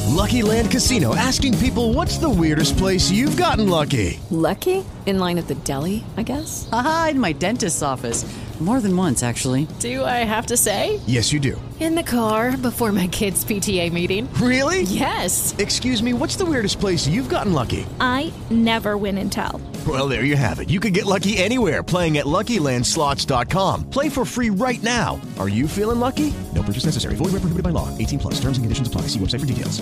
Lucky Land Casino, asking people, what's the weirdest place you've gotten lucky? Lucky? In line at the deli, I guess? Aha, in my dentist's office. More than once, actually. Do I have to say? Yes, you do. In the car before my kids' PTA meeting. Really? Yes. Excuse me, what's the weirdest place you've gotten lucky? I never win and tell. Well, there you have it. You can get lucky anywhere, playing at LuckyLandSlots.com. Play for free right now. Are you feeling lucky? No purchase necessary. Void where prohibited by law. 18 plus. Terms and conditions apply. See website for details.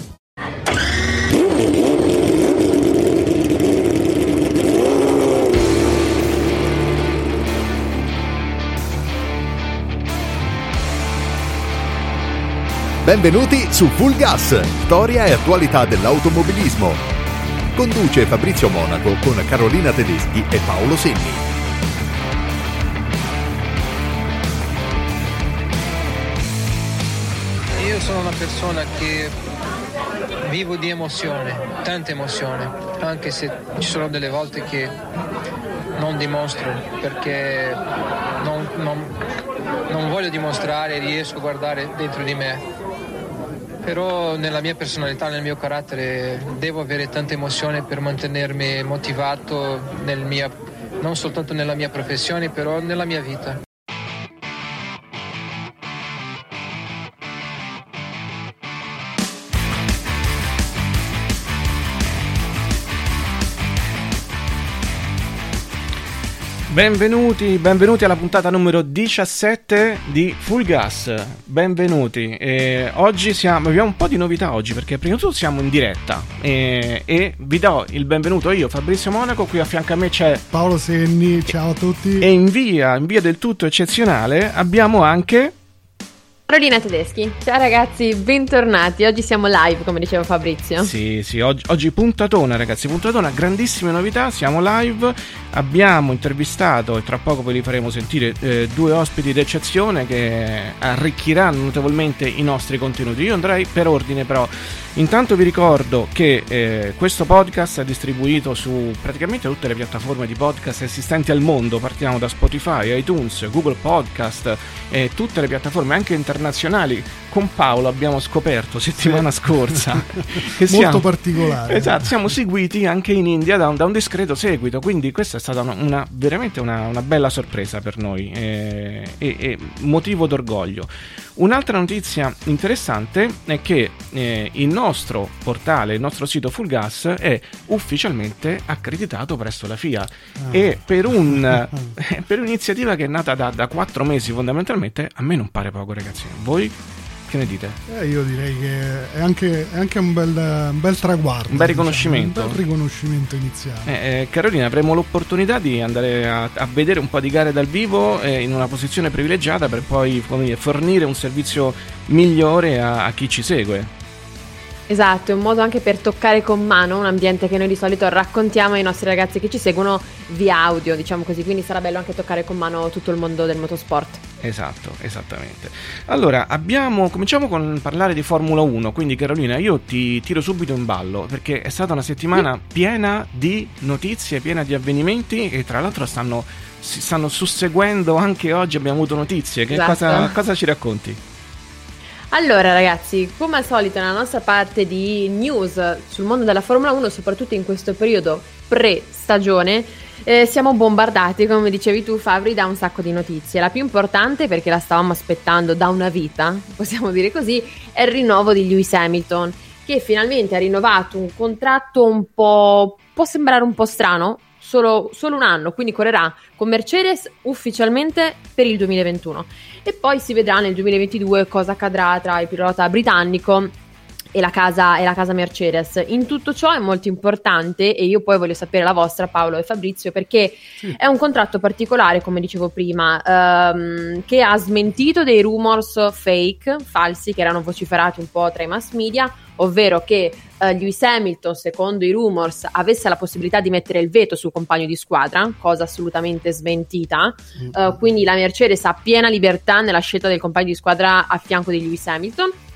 Benvenuti su Full Gas, storia e attualità dell'automobilismo. Conduce Fabrizio Monaco con Carolina Tedeschi e Paolo Senni. Io sono una persona che vivo di emozione, tanta emozione, anche se ci sono delle volte che non dimostro perché non voglio dimostrare, riesco a guardare dentro di me. Però nella mia personalità, nel mio carattere, devo avere tanta emozione per mantenermi motivato non soltanto nella mia professione, però nella mia vita. Benvenuti alla puntata numero 17 di Full Gas. Benvenuti. Oggi abbiamo un po' di novità oggi, perché prima di tutto siamo in diretta e vi do il benvenuto io, Fabrizio Monaco. Qui a fianco a me c'è Paolo Senni. Ciao a tutti. E in via del tutto eccezionale abbiamo anche Carolina Tedeschi. Ciao ragazzi, bentornati. Oggi siamo live, come diceva Fabrizio. Sì, oggi puntatona, ragazzi, grandissime novità, siamo live. Abbiamo intervistato, e tra poco ve li faremo sentire, due ospiti d'eccezione che arricchiranno notevolmente i nostri contenuti. Io andrei per ordine, però intanto vi ricordo che questo podcast è distribuito su praticamente tutte le piattaforme di podcast esistenti al mondo. Partiamo da Spotify, iTunes, Google Podcast e tutte le piattaforme anche internazionali. Con Paolo abbiamo scoperto settimana scorsa che molto particolare. Esatto, siamo seguiti anche in India da un discreto seguito, quindi questa è stata veramente una bella sorpresa per noi e motivo d'orgoglio. Un'altra notizia interessante è che il nostro portale, il nostro sito Full Gas è ufficialmente accreditato presso la FIA e per un'iniziativa che è nata da 4 mesi fondamentalmente. A me non pare poco, ragazzi. Voi che ne dite? Io direi che è anche un bel traguardo, un bel riconoscimento, un bel riconoscimento iniziale. Carolina, avremo l'opportunità di andare a vedere un po' di gare dal vivo in una posizione privilegiata per poi fornire un servizio migliore a chi ci segue. Esatto, è un modo anche per toccare con mano un ambiente che noi di solito raccontiamo ai nostri ragazzi che ci seguono via audio, diciamo così, quindi sarà bello anche toccare con mano tutto il mondo del motorsport. Esatto, esattamente. Allora, cominciamo con parlare di Formula 1, quindi Carolina, io ti tiro subito in ballo, perché è stata una settimana piena di notizie, piena di avvenimenti e tra l'altro si stanno susseguendo anche oggi, abbiamo avuto notizie. Esatto. Cosa ci racconti? Allora ragazzi, come al solito nella nostra parte di news sul mondo della Formula 1, soprattutto in questo periodo pre-stagione, siamo bombardati, come dicevi tu Fabri, da un sacco di notizie. La più importante, perché la stavamo aspettando da una vita, possiamo dire così, è il rinnovo di Lewis Hamilton, che finalmente ha rinnovato un contratto può sembrare un po' strano, solo un anno, quindi correrà con Mercedes ufficialmente per il 2021 e poi si vedrà nel 2022 cosa accadrà tra il pilota britannico e la casa Mercedes. In tutto ciò è molto importante, e io poi voglio sapere la vostra, Paolo e Fabrizio, perché è un contratto particolare, come dicevo prima, che ha smentito dei rumors falsi che erano vociferati un po' tra i mass media, ovvero che Lewis Hamilton, secondo i rumors, avesse la possibilità di mettere il veto sul compagno di squadra, cosa assolutamente smentita. Quindi la Mercedes ha piena libertà nella scelta del compagno di squadra a fianco di Lewis Hamilton.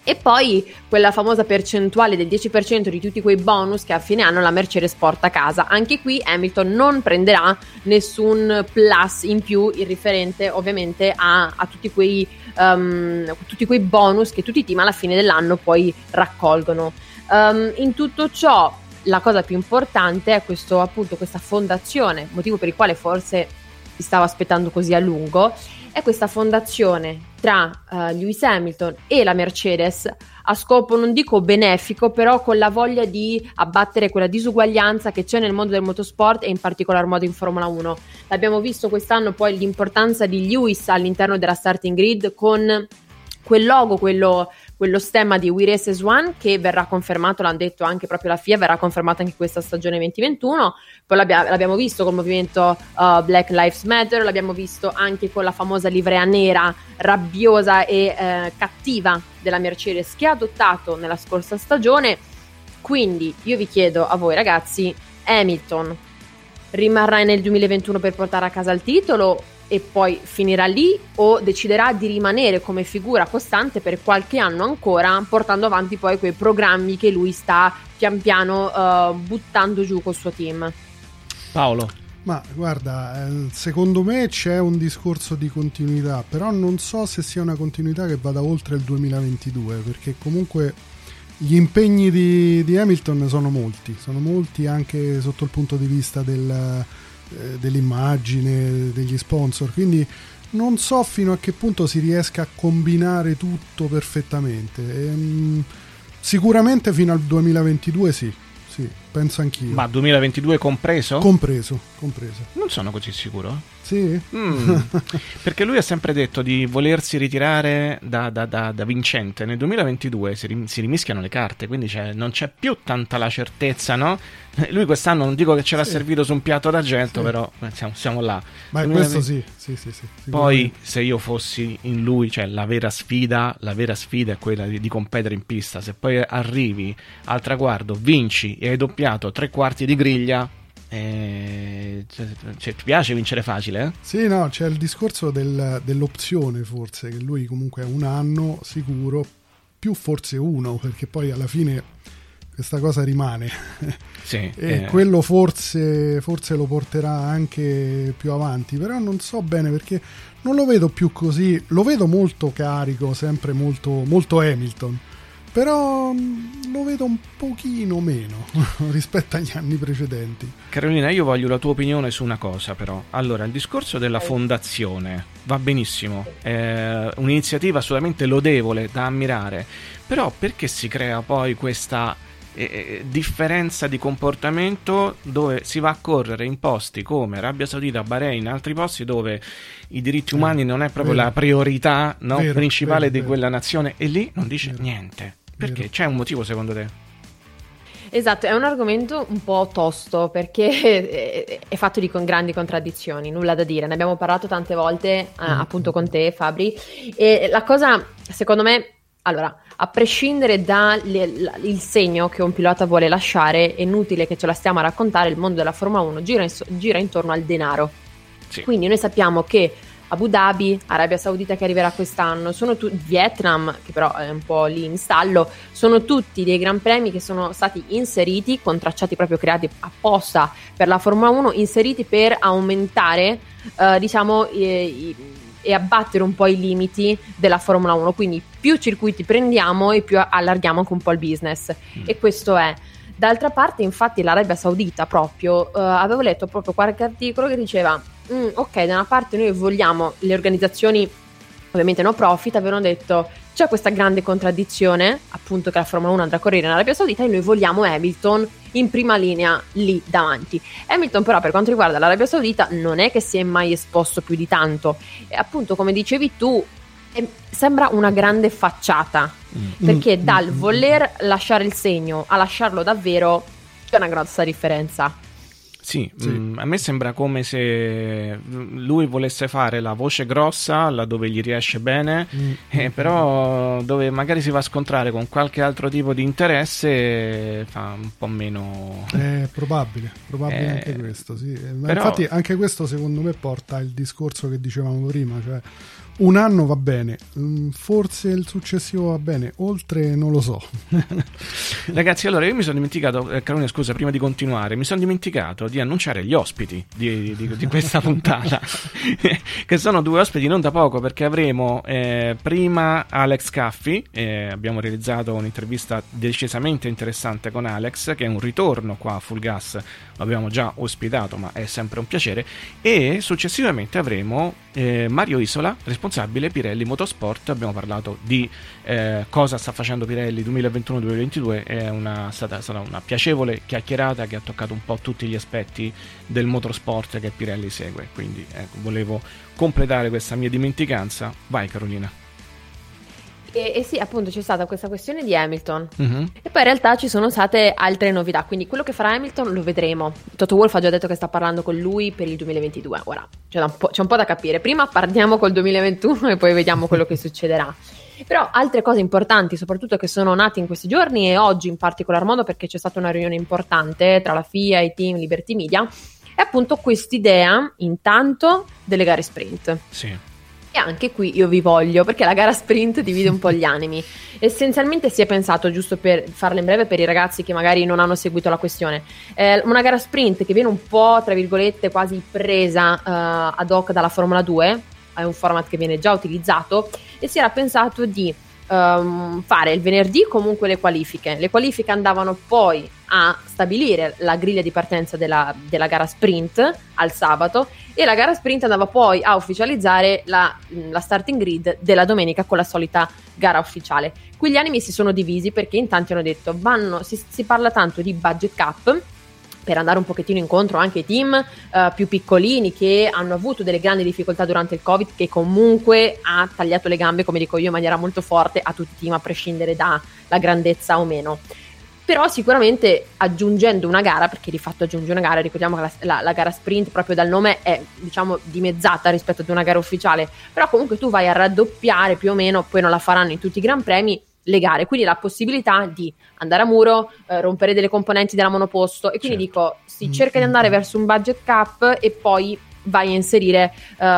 E poi quella famosa percentuale del 10% di tutti quei bonus che a fine anno la Mercedes porta a casa. Anche qui Hamilton non prenderà nessun plus in più in riferente ovviamente a tutti quei bonus che tutti i team alla fine dell'anno poi raccolgono. In tutto ciò la cosa più importante è questa fondazione, motivo per il quale forse si stava aspettando così a lungo, è questa fondazione tra Lewis Hamilton e la Mercedes a scopo, non dico benefico, però con la voglia di abbattere quella disuguaglianza che c'è nel mondo del motorsport e in particolar modo in Formula 1. L'abbiamo visto quest'anno poi l'importanza di Lewis all'interno della starting grid con quel logo, quello stemma di We Race as One, che verrà confermato, l'hanno detto anche proprio la FIA, verrà confermato anche questa stagione 2021. Poi l'abbiamo visto col movimento Black Lives Matter, l'abbiamo visto anche con la famosa livrea nera rabbiosa e cattiva della Mercedes che ha adottato nella scorsa stagione. Quindi io vi chiedo a voi ragazzi, Hamilton rimarrà nel 2021 per portare a casa il titolo e poi finirà lì, o deciderà di rimanere come figura costante per qualche anno ancora, portando avanti poi quei programmi che lui sta pian piano buttando giù col suo team? Paolo? Ma guarda, secondo me c'è un discorso di continuità, però non so se sia una continuità che vada oltre il 2022, perché comunque gli impegni di Hamilton sono molti anche sotto il punto di vista dell'immagine, degli sponsor, quindi non so fino a che punto si riesca a combinare tutto perfettamente. Sicuramente fino al 2022 sì, penso anch'io. Ma 2022 compreso? Compreso. Non sono così sicuro. Sì? Perché lui ha sempre detto di volersi ritirare da vincente. Nel 2022 si rimischiano le carte, quindi non c'è più tanta la certezza, no? Lui quest'anno non dico che ce l'ha servito su un piatto d'argento, però siamo là. Ma questo sì. Poi se io fossi in lui, cioè la vera sfida è quella di competere in pista. Se poi arrivi al traguardo, vinci e hai doppiato 3/4 di griglia, ti piace vincere facile? Sì, no, c'è il discorso dell'opzione, forse, che lui comunque è un anno sicuro, più forse uno, perché poi alla fine questa cosa rimane. Sì, e quello forse lo porterà anche più avanti, però non so bene, perché non lo vedo più così, lo vedo molto carico, sempre molto, molto Hamilton, però lo vedo un pochino meno rispetto agli anni precedenti. Carolina, io voglio la tua opinione su una cosa, però. Allora, il discorso della fondazione va benissimo, è un'iniziativa assolutamente lodevole, da ammirare, però perché si crea poi questa differenza di comportamento dove si va a correre in posti come Arabia Saudita, Bahrain, altri posti dove i diritti umani non è proprio la priorità principale di quella nazione, e lì non dice niente? Perché? C'è un motivo secondo te? Esatto, è un argomento un po' tosto perché è fatto di grandi contraddizioni, nulla da dire, ne abbiamo parlato tante volte appunto con te, Fabri, e la cosa secondo me, allora, a prescindere dal segno che un pilota vuole lasciare, è inutile che ce la stiamo a raccontare, il mondo della Formula 1 gira intorno al denaro. Sì. Quindi noi sappiamo che Abu Dhabi, Arabia Saudita che arriverà quest'anno, Vietnam, che però è un po' lì in stallo, sono tutti dei gran premi che sono stati inseriti, con tracciati proprio creati apposta per la Formula 1, inseriti per aumentare, e abbattere un po' i limiti della Formula 1, quindi più circuiti prendiamo e più allarghiamo anche un po' il business, e questo è. D'altra parte, infatti, l'Arabia Saudita proprio, avevo letto proprio qualche articolo che diceva ok, da una parte noi vogliamo, le organizzazioni ovviamente no profit avevano detto c'è questa grande contraddizione appunto che la Formula 1 andrà a correre in Arabia Saudita e noi vogliamo Hamilton in prima linea lì davanti. Hamilton però, per quanto riguarda l'Arabia Saudita, non è che si è mai esposto più di tanto, e appunto, come dicevi tu, sembra una grande facciata, perché dal voler lasciare il segno a lasciarlo davvero c'è una grossa differenza. Sì. A me sembra come se lui volesse fare la voce grossa laddove gli riesce bene, però dove magari si va a scontrare con qualche altro tipo di interesse fa un po' meno. È probabile anche questo, sì. Però... Infatti anche questo secondo me porta il discorso che dicevamo prima, cioè Un anno va bene, forse il successivo va bene, oltre non lo so. Ragazzi, allora io mi sono dimenticato, Carolina scusa, prima di continuare, mi sono dimenticato di annunciare gli ospiti di questa puntata, che sono 2 ospiti non da poco, perché avremo prima Alex Caffi, abbiamo realizzato un'intervista decisamente interessante con Alex, che è un ritorno qua a Full Gas, l'abbiamo già ospitato ma è sempre un piacere, e successivamente avremo Mario Isola, responsabile Pirelli Motorsport. Abbiamo parlato di cosa sta facendo Pirelli 2021-2022, è stata una piacevole chiacchierata che ha toccato un po' tutti gli aspetti del motorsport che Pirelli segue, quindi volevo completare questa mia dimenticanza. Vai Carolina. E sì, appunto c'è stata questa questione di Hamilton, e poi in realtà ci sono state altre novità, quindi quello che farà Hamilton lo vedremo. Toto Wolff ha già detto che sta parlando con lui per il 2022, ora c'è un po' da capire, prima partiamo col 2021 e poi vediamo quello che succederà. Però altre cose importanti, soprattutto che sono nate in questi giorni e oggi in particolar modo, perché c'è stata una riunione importante tra la FIA, i team, Liberty Media, è appunto quest'idea intanto delle gare sprint. Sì. E anche qui io vi voglio, perché la gara sprint divide un po' gli animi. Essenzialmente si è pensato, giusto per farla in breve per i ragazzi che magari non hanno seguito la questione, una gara sprint che viene un po', tra virgolette, quasi presa ad hoc dalla Formula 2, è un format che viene già utilizzato, e si era pensato di fare il venerdì comunque le qualifiche. Le qualifiche andavano poi a stabilire la griglia di partenza della gara sprint al sabato, e la gara sprint andava poi a ufficializzare la starting grid della domenica con la solita gara ufficiale. Qui gli animi si sono divisi, perché in tanti hanno detto si parla tanto di budget cap per andare un pochettino incontro anche ai team più piccolini che hanno avuto delle grandi difficoltà durante il Covid, che comunque ha tagliato le gambe, come dico io, in maniera molto forte a tutti i team, a prescindere dalla grandezza o meno. Però sicuramente aggiungendo una gara, perché di fatto aggiunge una gara, ricordiamo che la gara sprint proprio dal nome è, diciamo, dimezzata rispetto ad una gara ufficiale, però comunque tu vai a raddoppiare più o meno, poi non la faranno in tutti i gran premi, le gare, quindi la possibilità di andare a muro, rompere delle componenti della monoposto, e quindi dico, si cerca di andare verso un budget cap e poi vai a inserire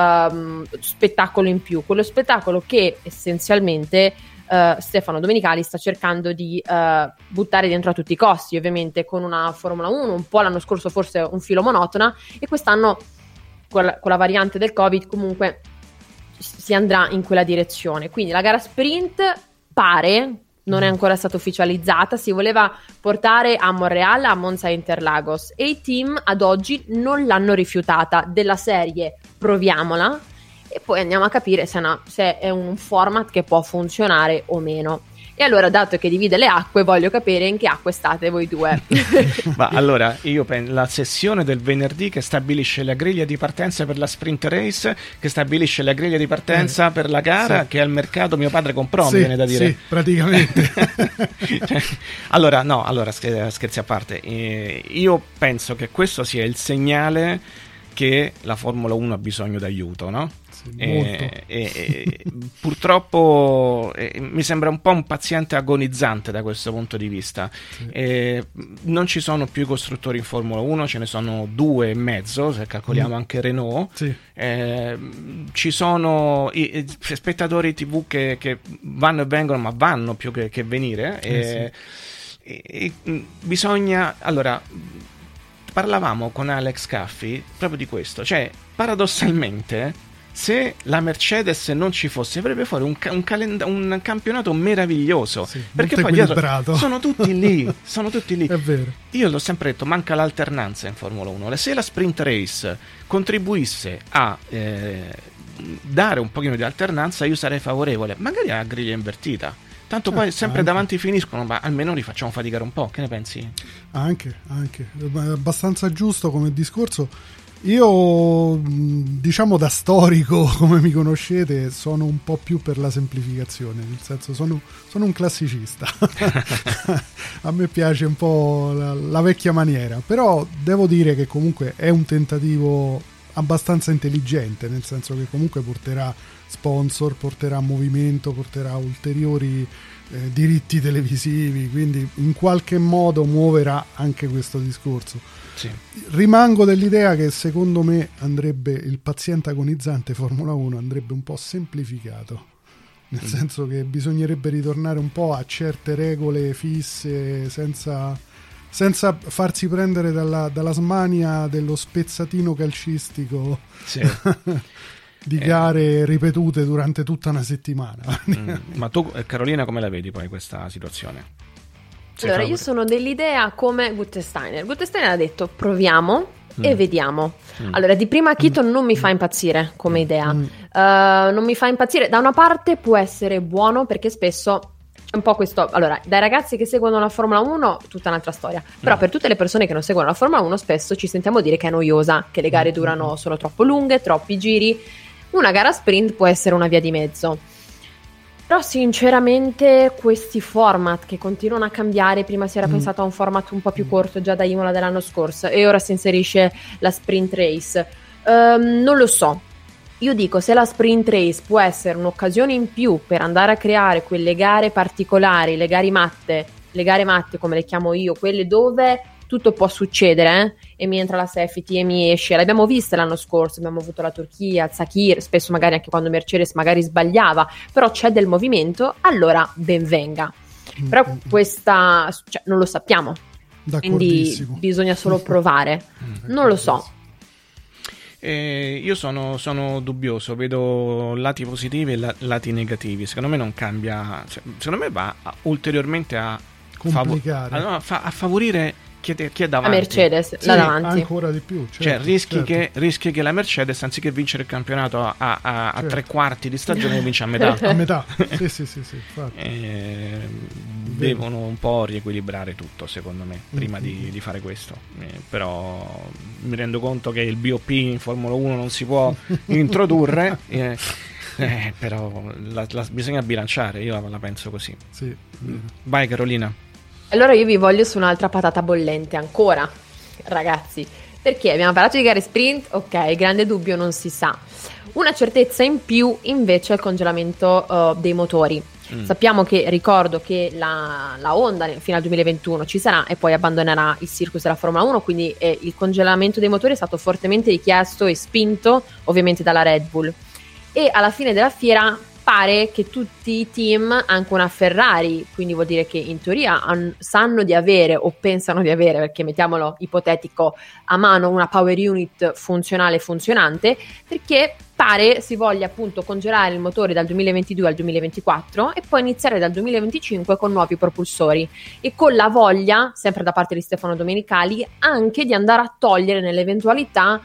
spettacolo in più, quello spettacolo che essenzialmente Stefano Domenicali sta cercando di buttare dentro a tutti i costi, ovviamente con una Formula 1 un po' l'anno scorso forse un filo monotona, e quest'anno con la variante del Covid comunque si andrà in quella direzione. Quindi la gara sprint pare, non è ancora stata ufficializzata, si voleva portare a Monreal, a Monza e Interlagos, e i team ad oggi non l'hanno rifiutata, della serie proviamola e poi andiamo a capire se è un format che può funzionare o meno. E allora, dato che divide le acque, voglio capire in che acque state voi due. Ma allora, io penso la sessione del venerdì che stabilisce la griglia di partenza per la sprint race, che stabilisce la griglia di partenza per la gara, che al mercato mio padre comprò, mi viene da dire. Sì, praticamente. Allora, scherzi a parte, io penso che questo sia il segnale che la Formula 1 ha bisogno d'aiuto, no? Purtroppo mi sembra un po' un paziente agonizzante da questo punto di vista. Non ci sono più i costruttori in Formula 1, ce ne sono 2 e mezzo se calcoliamo anche Renault. Ci sono i spettatori TV che vanno e vengono, ma vanno più che venire. Bisogna, allora, parlavamo con Alex Caffi proprio di questo, cioè paradossalmente se la Mercedes non ci fosse avrebbe fuori un campionato meraviglioso, perché poi dietro sono tutti lì. È vero. Io l'ho sempre detto, manca l'alternanza in Formula 1. Se la sprint race contribuisse a dare un pochino di alternanza, io sarei favorevole, magari a griglia invertita, tanto poi sempre davanti finiscono, ma almeno li facciamo faticare un po'. Che ne pensi? Anche è abbastanza giusto come discorso. Io, diciamo, da storico, come mi conoscete, sono un po' più per la semplificazione, nel senso sono un classicista. A me piace un po' la vecchia maniera, però devo dire che comunque è un tentativo abbastanza intelligente, nel senso che comunque porterà sponsor, porterà movimento, porterà ulteriori diritti televisivi, quindi in qualche modo muoverà anche questo discorso. Sì. Rimango dell'idea che secondo me andrebbe, il paziente agonizzante Formula 1 andrebbe un po' semplificato, nel senso che bisognerebbe ritornare un po' a certe regole fisse, senza farsi prendere dalla smania dello spezzatino calcistico. Sì. Di gare ripetute durante tutta una settimana. Ma tu, Carolina, come la vedi poi questa situazione? Allora, io sono dell'idea come Guttesteiner ha detto proviamo e vediamo. Allora, di prima acchito non mi fa impazzire come idea. Non mi fa impazzire. Da una parte può essere buono, perché spesso un po' questo, allora, dai ragazzi che seguono la Formula 1 tutta un'altra storia, però per tutte le persone che non seguono la Formula 1 spesso ci sentiamo dire che è noiosa, che le gare sono troppo lunghe, troppi giri. Una gara sprint può essere una via di mezzo, però sinceramente questi format che continuano a cambiare, prima si era pensato a un format un po' più corto già da Imola dell'anno scorso e ora si inserisce la sprint race, non lo so. Io dico, se la sprint race può essere un'occasione in più per andare a creare quelle gare particolari, le gare matte come le chiamo io, quelle dove tutto può succedere, e mi entra la safety e mi esce, l'abbiamo vista l'anno scorso, abbiamo avuto la Turchia, il Sakir, spesso magari anche quando Mercedes magari sbagliava, però c'è del movimento, allora ben venga. Però questa, cioè, non lo sappiamo, quindi bisogna solo provare, non lo so. Io sono dubbioso, vedo lati positivi e lati negativi. Secondo me non cambia, secondo me va ulteriormente a complicare, a favorire chi è davanti. La Mercedes, sì, là davanti. Ancora di più. Cioè rischi che la Mercedes, anziché vincere il campionato a tre quarti di stagione, vince a metà. A metà, sì, devono un po' riequilibrare tutto, secondo me, prima di fare questo. Però mi rendo conto che il BOP in Formula 1 non si può introdurre, però bisogna bilanciare, io la penso così. Sì. Vai Carolina. Allora io vi voglio su un'altra patata bollente ancora, ragazzi, perché abbiamo parlato di gare sprint, ok, grande dubbio, non si sa. Una certezza in più invece è il congelamento dei motori. Sappiamo ricordo che la Honda fino al 2021 ci sarà e poi abbandonerà il circus della Formula 1, quindi il congelamento dei motori è stato fortemente richiesto e spinto ovviamente dalla Red Bull. E alla fine della fiera pare che tutti i team, anche una Ferrari, quindi vuol dire che in teoria sanno di avere o pensano di avere, perché mettiamolo ipotetico, a mano una power unit funzionante, perché pare si voglia appunto congelare il motore dal 2022 al 2024 e poi iniziare dal 2025 con nuovi propulsori, e con la voglia, sempre da parte di Stefano Domenicali, anche di andare a togliere nell'eventualità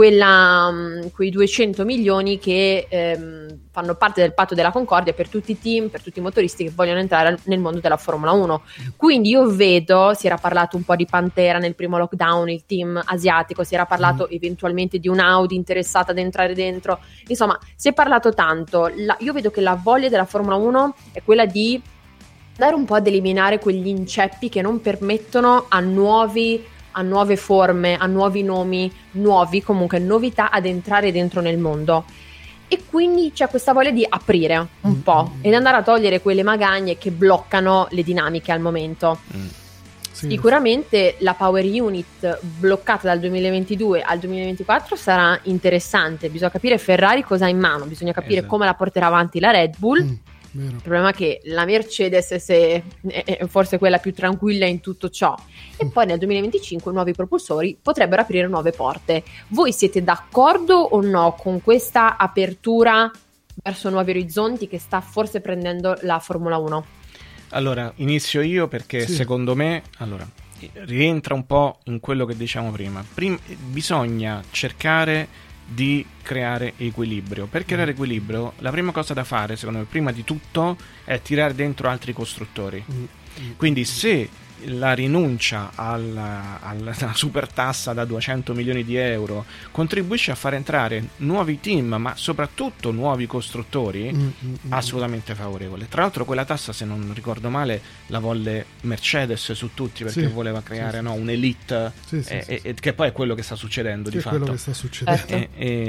quei 200 milioni che fanno parte del patto della concordia per tutti i team, per tutti i motoristi che vogliono entrare nel mondo della Formula 1. Quindi io vedo, si era parlato un po' di Pantera nel primo lockdown, il team asiatico, si era parlato eventualmente di un Audi interessata ad entrare dentro, insomma si è parlato tanto. Io vedo che la voglia della Formula 1 è quella di andare un po' ad eliminare quegli inceppi che non permettono a nuove forme, a nuovi nomi, comunque novità ad entrare dentro nel mondo. E quindi c'è questa voglia di aprire un po' ed andare a togliere quelle magagne che bloccano le dinamiche al momento. Sicuramente la power unit bloccata dal 2022 al 2024 sarà interessante, bisogna capire Ferrari cosa ha in mano, bisogna capire come la porterà avanti la Red Bull. Vero. Il problema è che la Mercedes è forse quella più tranquilla in tutto ciò, e poi nel 2025 nuovi propulsori potrebbero aprire nuove porte. Voi siete d'accordo o no con questa apertura verso nuovi orizzonti che sta forse prendendo la Formula 1? Allora, inizio io perché secondo me rientra un po' in quello che diciamo prima. Bisogna cercare di creare equilibrio. Per creare equilibrio la prima cosa da fare, secondo me, prima di tutto è tirare dentro altri costruttori. Quindi se la rinuncia alla super tassa da 200 milioni di euro contribuisce a far entrare nuovi team, ma soprattutto nuovi costruttori, assolutamente favorevole. Tra l'altro quella tassa, se non ricordo male, la volle Mercedes su tutti, perché voleva creare un'elite, che poi è quello che sta succedendo di fatto. Quello che sta succedendo.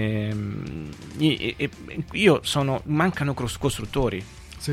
Mancano costruttori.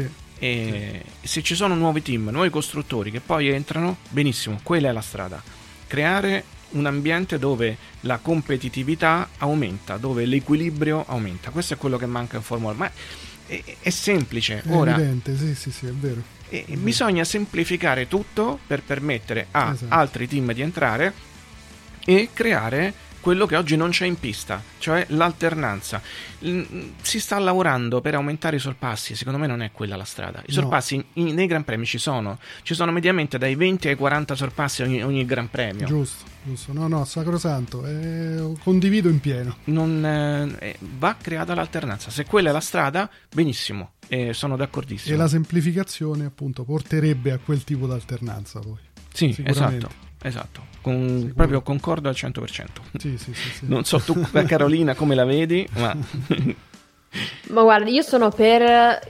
E se ci sono nuovi team, nuovi costruttori che poi entrano, benissimo, quella è la strada. Creare un ambiente dove la competitività aumenta, dove l'equilibrio aumenta. Questo è quello che manca in Formula 1. Ma è semplice. È ora evidente, sì, è vero. Bisogna semplificare tutto per permettere a altri team di entrare e creare quello che oggi non c'è in pista, cioè l'alternanza. Si sta lavorando per aumentare i sorpassi, secondo me non è quella la strada. I sorpassi nei Gran Premi ci sono mediamente dai 20 ai 40 sorpassi ogni Gran Premio. Giusto, no, sacrosanto, condivido in pieno. Va creata l'alternanza, se quella è la strada, benissimo, sono d'accordissimo. E la semplificazione appunto porterebbe a quel tipo di alternanza poi. Sì, esatto. Proprio concordo al 100%. Sì. Non so tu, Carolina, come la vedi, ma guarda, io sono per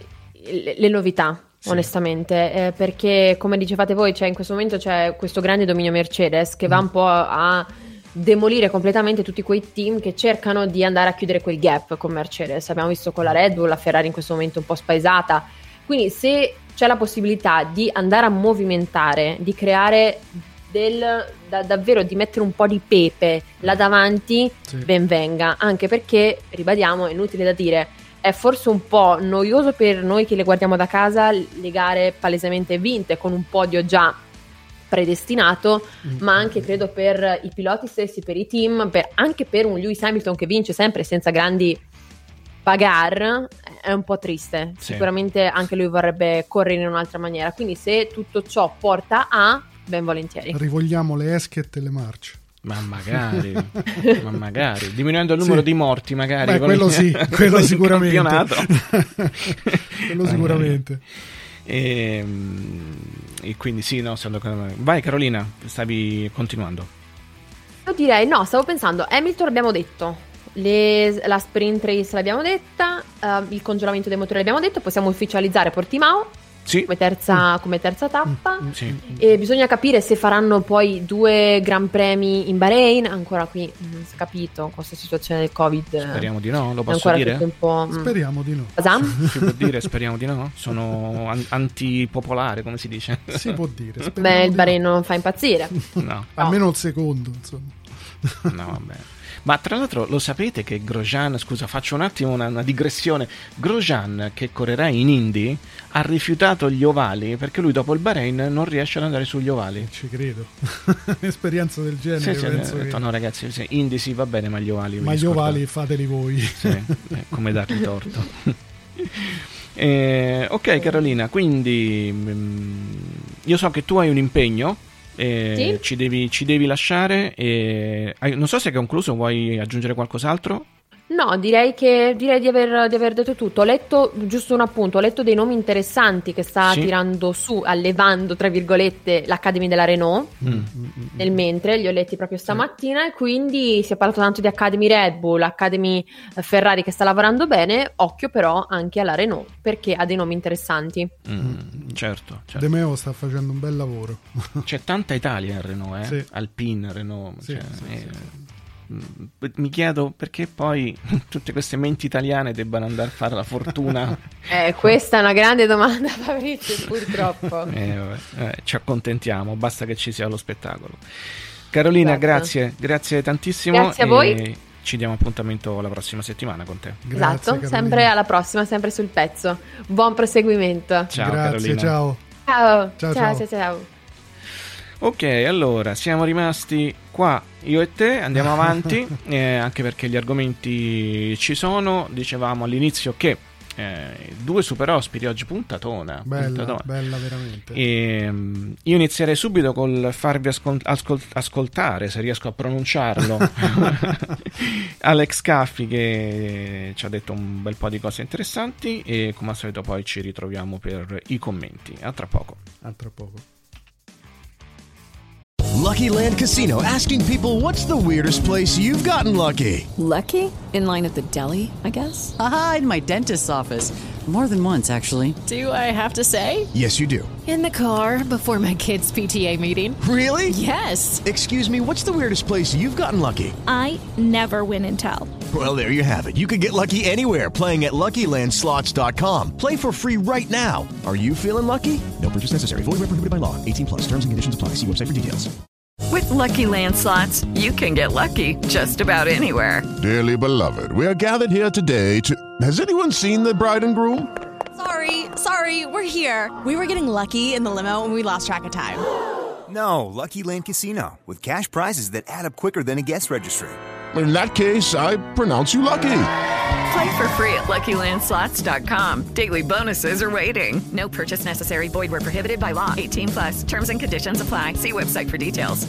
le novità, onestamente, perché come dicevate voi, in questo momento c'è questo grande dominio Mercedes che va un po' a demolire completamente tutti quei team che cercano di andare a chiudere quel gap con Mercedes. Abbiamo visto con la Red Bull, la Ferrari in questo momento un po' spaesata. Quindi se c'è la possibilità di andare a movimentare, di creare davvero di mettere un po' di pepe là davanti, ben venga, anche perché, ribadiamo, è inutile da dire, è forse un po' noioso per noi che le guardiamo da casa le gare palesemente vinte con un podio già predestinato, ma anche credo per i piloti stessi, per i team, anche per un Lewis Hamilton che vince sempre senza grandi bagarre, è un po' triste. Sicuramente anche lui vorrebbe correre in un'altra maniera, quindi se tutto ciò porta a, ben volentieri. Rivogliamo le esche e le marce. Ma magari, diminuendo il numero di morti, magari. Beh, quello sicuramente. Quello sicuramente. E quindi vai Carolina, stavi continuando. Io direi stavo pensando, Hamilton abbiamo detto, la sprint race l'abbiamo detta, il congelamento dei motori l'abbiamo detto, possiamo ufficializzare Portimao come terza tappa. E bisogna capire se faranno poi 2 Gran Premi in Bahrain, ancora qui non si è capito con questa situazione del Covid. Speriamo di no, lo posso dire? Speriamo di no. Si può dire speriamo di no? Sono antipopolare, come si dice? Si può dire. Il Bahrain non fa impazzire. No. Almeno il secondo, insomma. No, vabbè. Ma tra l'altro lo sapete che Grosjean, scusa, faccio un attimo una digressione, Grosjean, che correrà in Indy, ha rifiutato gli ovali perché lui dopo il Bahrain non riesce ad andare sugli ovali. Ci credo. Un'esperienza del genere penso che... No ragazzi, Indy sì va bene, ma gli ovali fateli voi. Come dargli torto. Ok Carolina, quindi io so che tu hai un impegno. Ci devi lasciare. Non so se hai concluso, vuoi aggiungere qualcos'altro? No, direi di aver detto tutto. Ho letto, giusto un appunto, ho letto dei nomi interessanti che sta tirando su, allevando tra virgolette l'Academy della Renault nel mentre, li ho letti proprio stamattina e quindi si è parlato tanto di Academy Red Bull, Academy Ferrari che sta lavorando bene, occhio però anche alla Renault perché ha dei nomi interessanti. Certo. De Meo sta facendo un bel lavoro. C'è tanta Italia in Renault, Alpine, Renault, mi chiedo perché poi tutte queste menti italiane debbano andare a fare la fortuna. Questa è una grande domanda, Fabrizio, purtroppo. Ci accontentiamo, basta che ci sia lo spettacolo. Carolina, grazie tantissimo. Grazie a voi. Ci diamo appuntamento la prossima settimana con te. Esatto, Carolina. Sempre alla prossima, sempre sul pezzo. Buon proseguimento. Ciao grazie, Carolina. Ciao. Ok, allora siamo rimasti qua io e te, andiamo avanti anche perché gli argomenti ci sono. Dicevamo all'inizio che 2 super ospiti oggi, puntatona bella veramente. Io inizierei subito col farvi ascoltare, se riesco a pronunciarlo, Alex Caffi, che ci ha detto un bel po' di cose interessanti e come al solito poi ci ritroviamo per i commenti. A tra poco. Lucky Land Casino, asking people, what's the weirdest place you've gotten lucky? Lucky? In line at the deli, I guess? Aha, in my dentist's office. More than once, actually. Do I have to say? Yes, you do. In the car before my kids' PTA meeting. Really? Yes. Excuse me, what's the weirdest place you've gotten lucky? I never win and tell. Well, there you have it. You can get lucky anywhere, playing at LuckyLandSlots.com. Play for free right now. Are you feeling lucky? No purchase necessary. Void where prohibited by law. 18+. Terms and conditions apply. See website for details. With Lucky Land Slots, you can get lucky just about anywhere. Dearly beloved, we are gathered here today to... Has anyone seen the bride and groom? Sorry, we're here. We were getting lucky in the limo and we lost track of time. No, Lucky Land Casino, with cash prizes that add up quicker than a guest registry. In that case, I pronounce you lucky. Play for free at LuckyLandSlots.com. Daily bonuses are waiting. No purchase necessary. Void where prohibited by law. 18+. Terms and conditions apply. See website for details.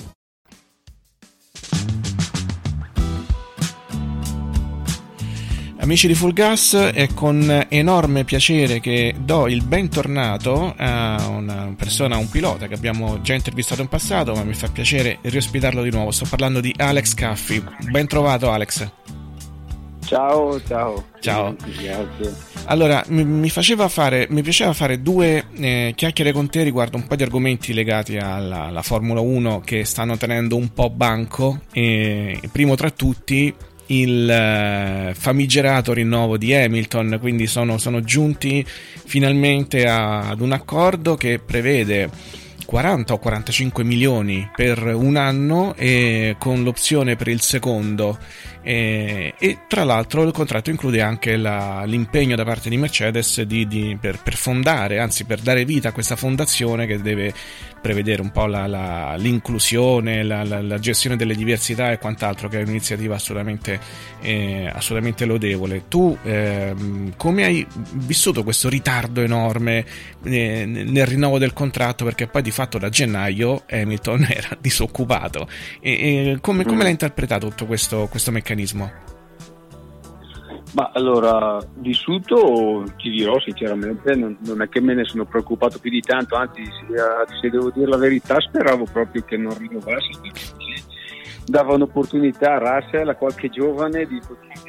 Amici di Full Gas, è con enorme piacere che do il bentornato a una persona, un pilota che abbiamo già intervistato in passato, ma mi fa piacere riospitarlo di nuovo. Sto parlando di Alex Caffi. Ben trovato, Alex. Ciao. Grazie. Allora, mi piaceva fare due chiacchiere con te riguardo un po' di argomenti legati alla Formula 1 che stanno tenendo un po' banco. Primo tra tutti il famigerato rinnovo di Hamilton, quindi sono giunti finalmente ad un accordo che prevede 40 o 45 milioni per un anno e con l'opzione per il secondo, e tra l'altro il contratto include anche l'impegno da parte di Mercedes per fondare, anzi per dare vita a questa fondazione che deve prevedere un po' l'inclusione, la gestione delle diversità e quant'altro, che è un'iniziativa assolutamente lodevole. Tu come hai vissuto questo ritardo enorme nel rinnovo del contratto, perché poi di fatto da gennaio Hamilton era disoccupato, e come l'hai interpretato tutto questo meccanismo? Ma allora, vissuto, ti dirò sinceramente, non è che me ne sono preoccupato più di tanto, anzi, se devo dire la verità, speravo proprio che non rinnovasse, perché dava un'opportunità a Russell, a qualche giovane, di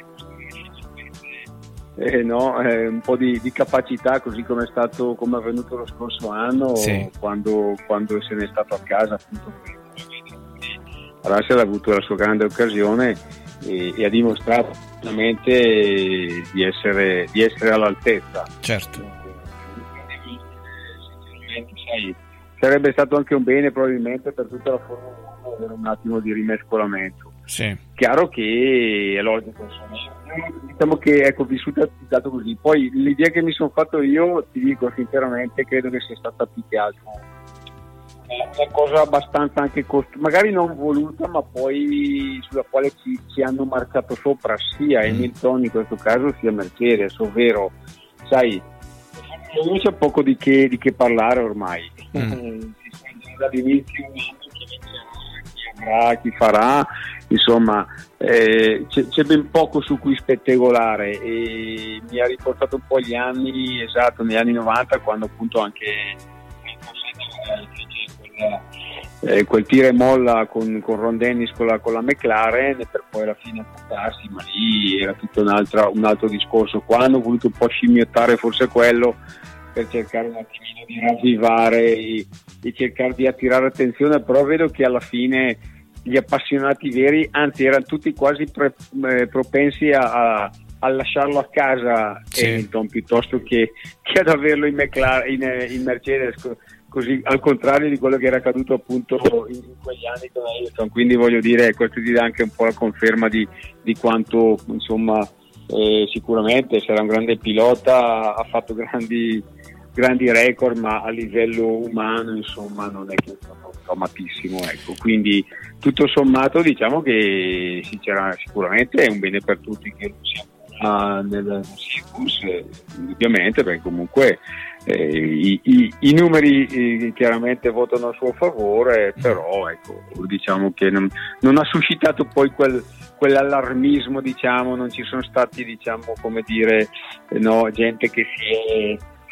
un po' di capacità, così come è avvenuto lo scorso anno, sì, quando se n'è stato a casa, appunto. Russell ha avuto la sua grande occasione e ha dimostrato veramente di essere all'altezza. Certo. Sai, sarebbe stato anche un bene probabilmente per tutta la Formula 1 avere un attimo di rimescolamento. Sì. Chiaro che è logico, diciamo che vissuto così. Poi l'idea che mi sono fatto io, ti dico sinceramente, credo che sia stata più che altro una cosa abbastanza anche magari non voluta, ma poi sulla quale ci hanno marcato sopra sia Hamilton in questo caso sia Mercedes, ovvero, sai, non c'è poco di che parlare ormai. Si sa dall'inizio chi avrà, chi farà, insomma, c'è ben poco su cui spettacolare, e mi ha riportato un po' gli anni, esatto, negli anni 90, quando appunto anche quel tira e molla con Ron Dennis con la McLaren, per poi alla fine appuntarsi, ma lì era tutto un altro discorso. Qua hanno voluto un po' scimmiottare forse quello, per cercare un attimino di ravvivare e cercare di attirare attenzione, però vedo che alla fine gli appassionati veri, anzi erano tutti quasi propensi a lasciarlo a casa, sì, Hamilton, piuttosto che ad averlo in Mercedes, così al contrario di quello che era accaduto appunto in quegli anni con Hamilton. Quindi voglio dire, questo ti dà anche un po' la conferma di quanto, insomma, sicuramente sarà un grande pilota, ha fatto grandi record, ma a livello umano, insomma, non è che è stato amatissimo, ecco. Quindi tutto sommato diciamo che sicuramente è un bene per tutti che non sia nel circus, indubbiamente, perché comunque i numeri chiaramente votano a suo favore, però ecco, diciamo che non ha suscitato poi quell'allarmismo, diciamo, non ci sono stati, diciamo, come dire, gente che si è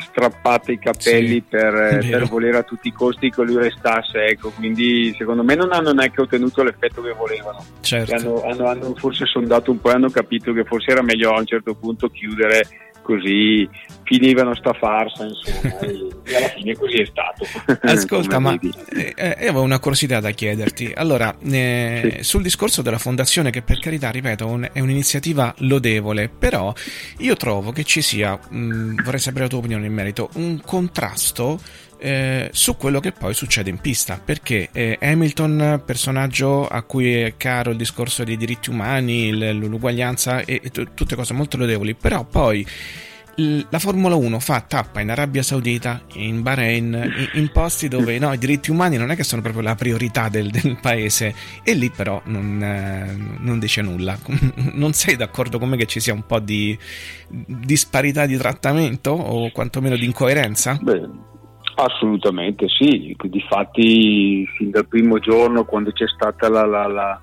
strappate i capelli per volere a tutti i costi che lui restasse, ecco, quindi secondo me non hanno neanche ottenuto l'effetto che volevano. Certo. Hanno forse sondato un po' e hanno capito che forse era meglio a un certo punto chiudere, così finivano sta farsa, insomma, e alla fine così è stato. Ascolta, ma avevo una curiosità da chiederti. Allora, sul discorso della fondazione, che per carità, ripeto, è un'iniziativa lodevole, però io trovo che ci sia, vorrei sapere la tua opinione in merito, un contrasto su quello che poi succede in pista, perché Hamilton, personaggio a cui è caro il discorso dei diritti umani, l'uguaglianza e tutte cose molto lodevoli, però poi la Formula 1 fa tappa in Arabia Saudita, in Bahrain, in posti dove i diritti umani non è che sono proprio la priorità del paese, e lì però non dice nulla. Non sei d'accordo con me che ci sia un po' di disparità di trattamento o quantomeno di incoerenza? Beh, assolutamente sì, difatti fin dal primo giorno, quando c'è stata la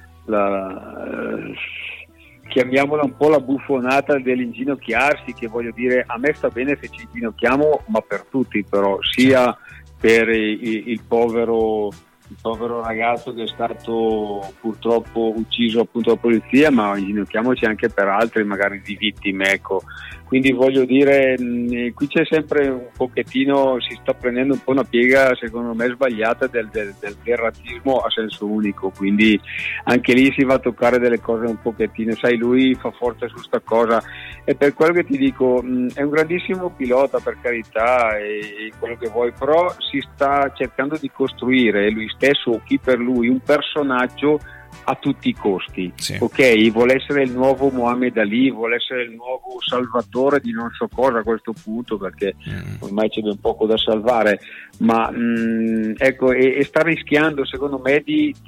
chiamiamola un po' la buffonata dell'inginocchiarsi, che voglio dire, a me sta bene se ci inginocchiamo, ma per tutti, però sia per il povero ragazzo che è stato purtroppo ucciso appunto dalla polizia, ma inginocchiamoci anche per altri magari di vittime, ecco. Quindi voglio dire, qui c'è sempre un pochettino, si sta prendendo un po' una piega secondo me sbagliata del razzismo a senso unico, quindi anche lì si va a toccare delle cose un pochettino, sai, lui fa forza su sta cosa, e per quello che ti dico, è un grandissimo pilota, per carità, e quello che vuoi, però si sta cercando di costruire lui stesso o chi per lui un personaggio a tutti i costi, sì. Ok, vuole essere il nuovo Muhammad Ali, vuole essere il nuovo salvatore di non so cosa a questo punto, perché ormai c'è ben poco da salvare, ma ecco, e sta rischiando secondo me